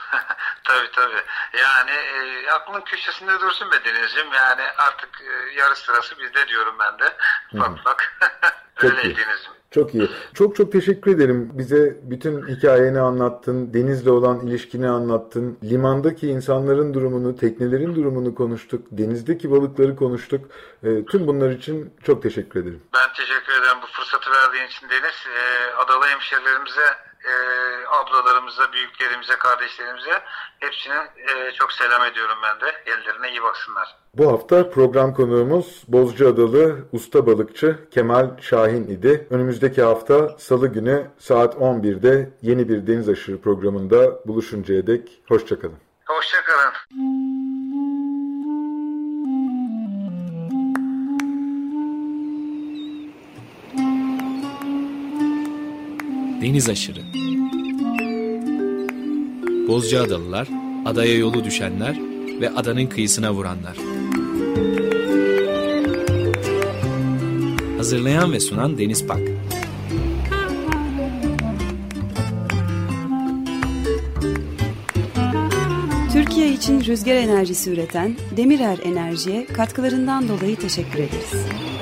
Tabii. Yani aklın köşesinde dursun be Deniz'ciğim. Yani artık yarış sırası bizde diyorum ben de. Bak. Öyle Deniz'ciğim.
Çok iyi. Çok çok teşekkür ederim. Bize bütün hikayeni anlattın, denizle olan ilişkini anlattın, limandaki insanların durumunu, teknelerin durumunu konuştuk, denizdeki balıkları konuştuk. Tüm bunlar için çok teşekkür ederim.
Ben teşekkür ederim bu fırsatı verdiğin için Deniz. Adalı hemşehrilerimize, ablalarımıza, büyüklerimize, kardeşlerimize hepsinin çok selam ediyorum ben de. Ellerine iyi baksınlar.
Bu hafta program konuğumuz Bozcaadalı usta balıkçı Kemal Şahin idi. Önümüzdeki hafta Salı günü saat 11'de yeni bir Deniz Aşırı programında buluşuncaya dek hoşçakalın.
Hoşçakalın.
Deniz Aşırı. Bozcaadalılar, adaya yolu düşenler ve adanın kıyısına vuranlar. Hazırlayan ve sunan Deniz Pak.
Türkiye için rüzgar enerjisi üreten Demirer Enerji'ye katkılarından dolayı teşekkür ederiz.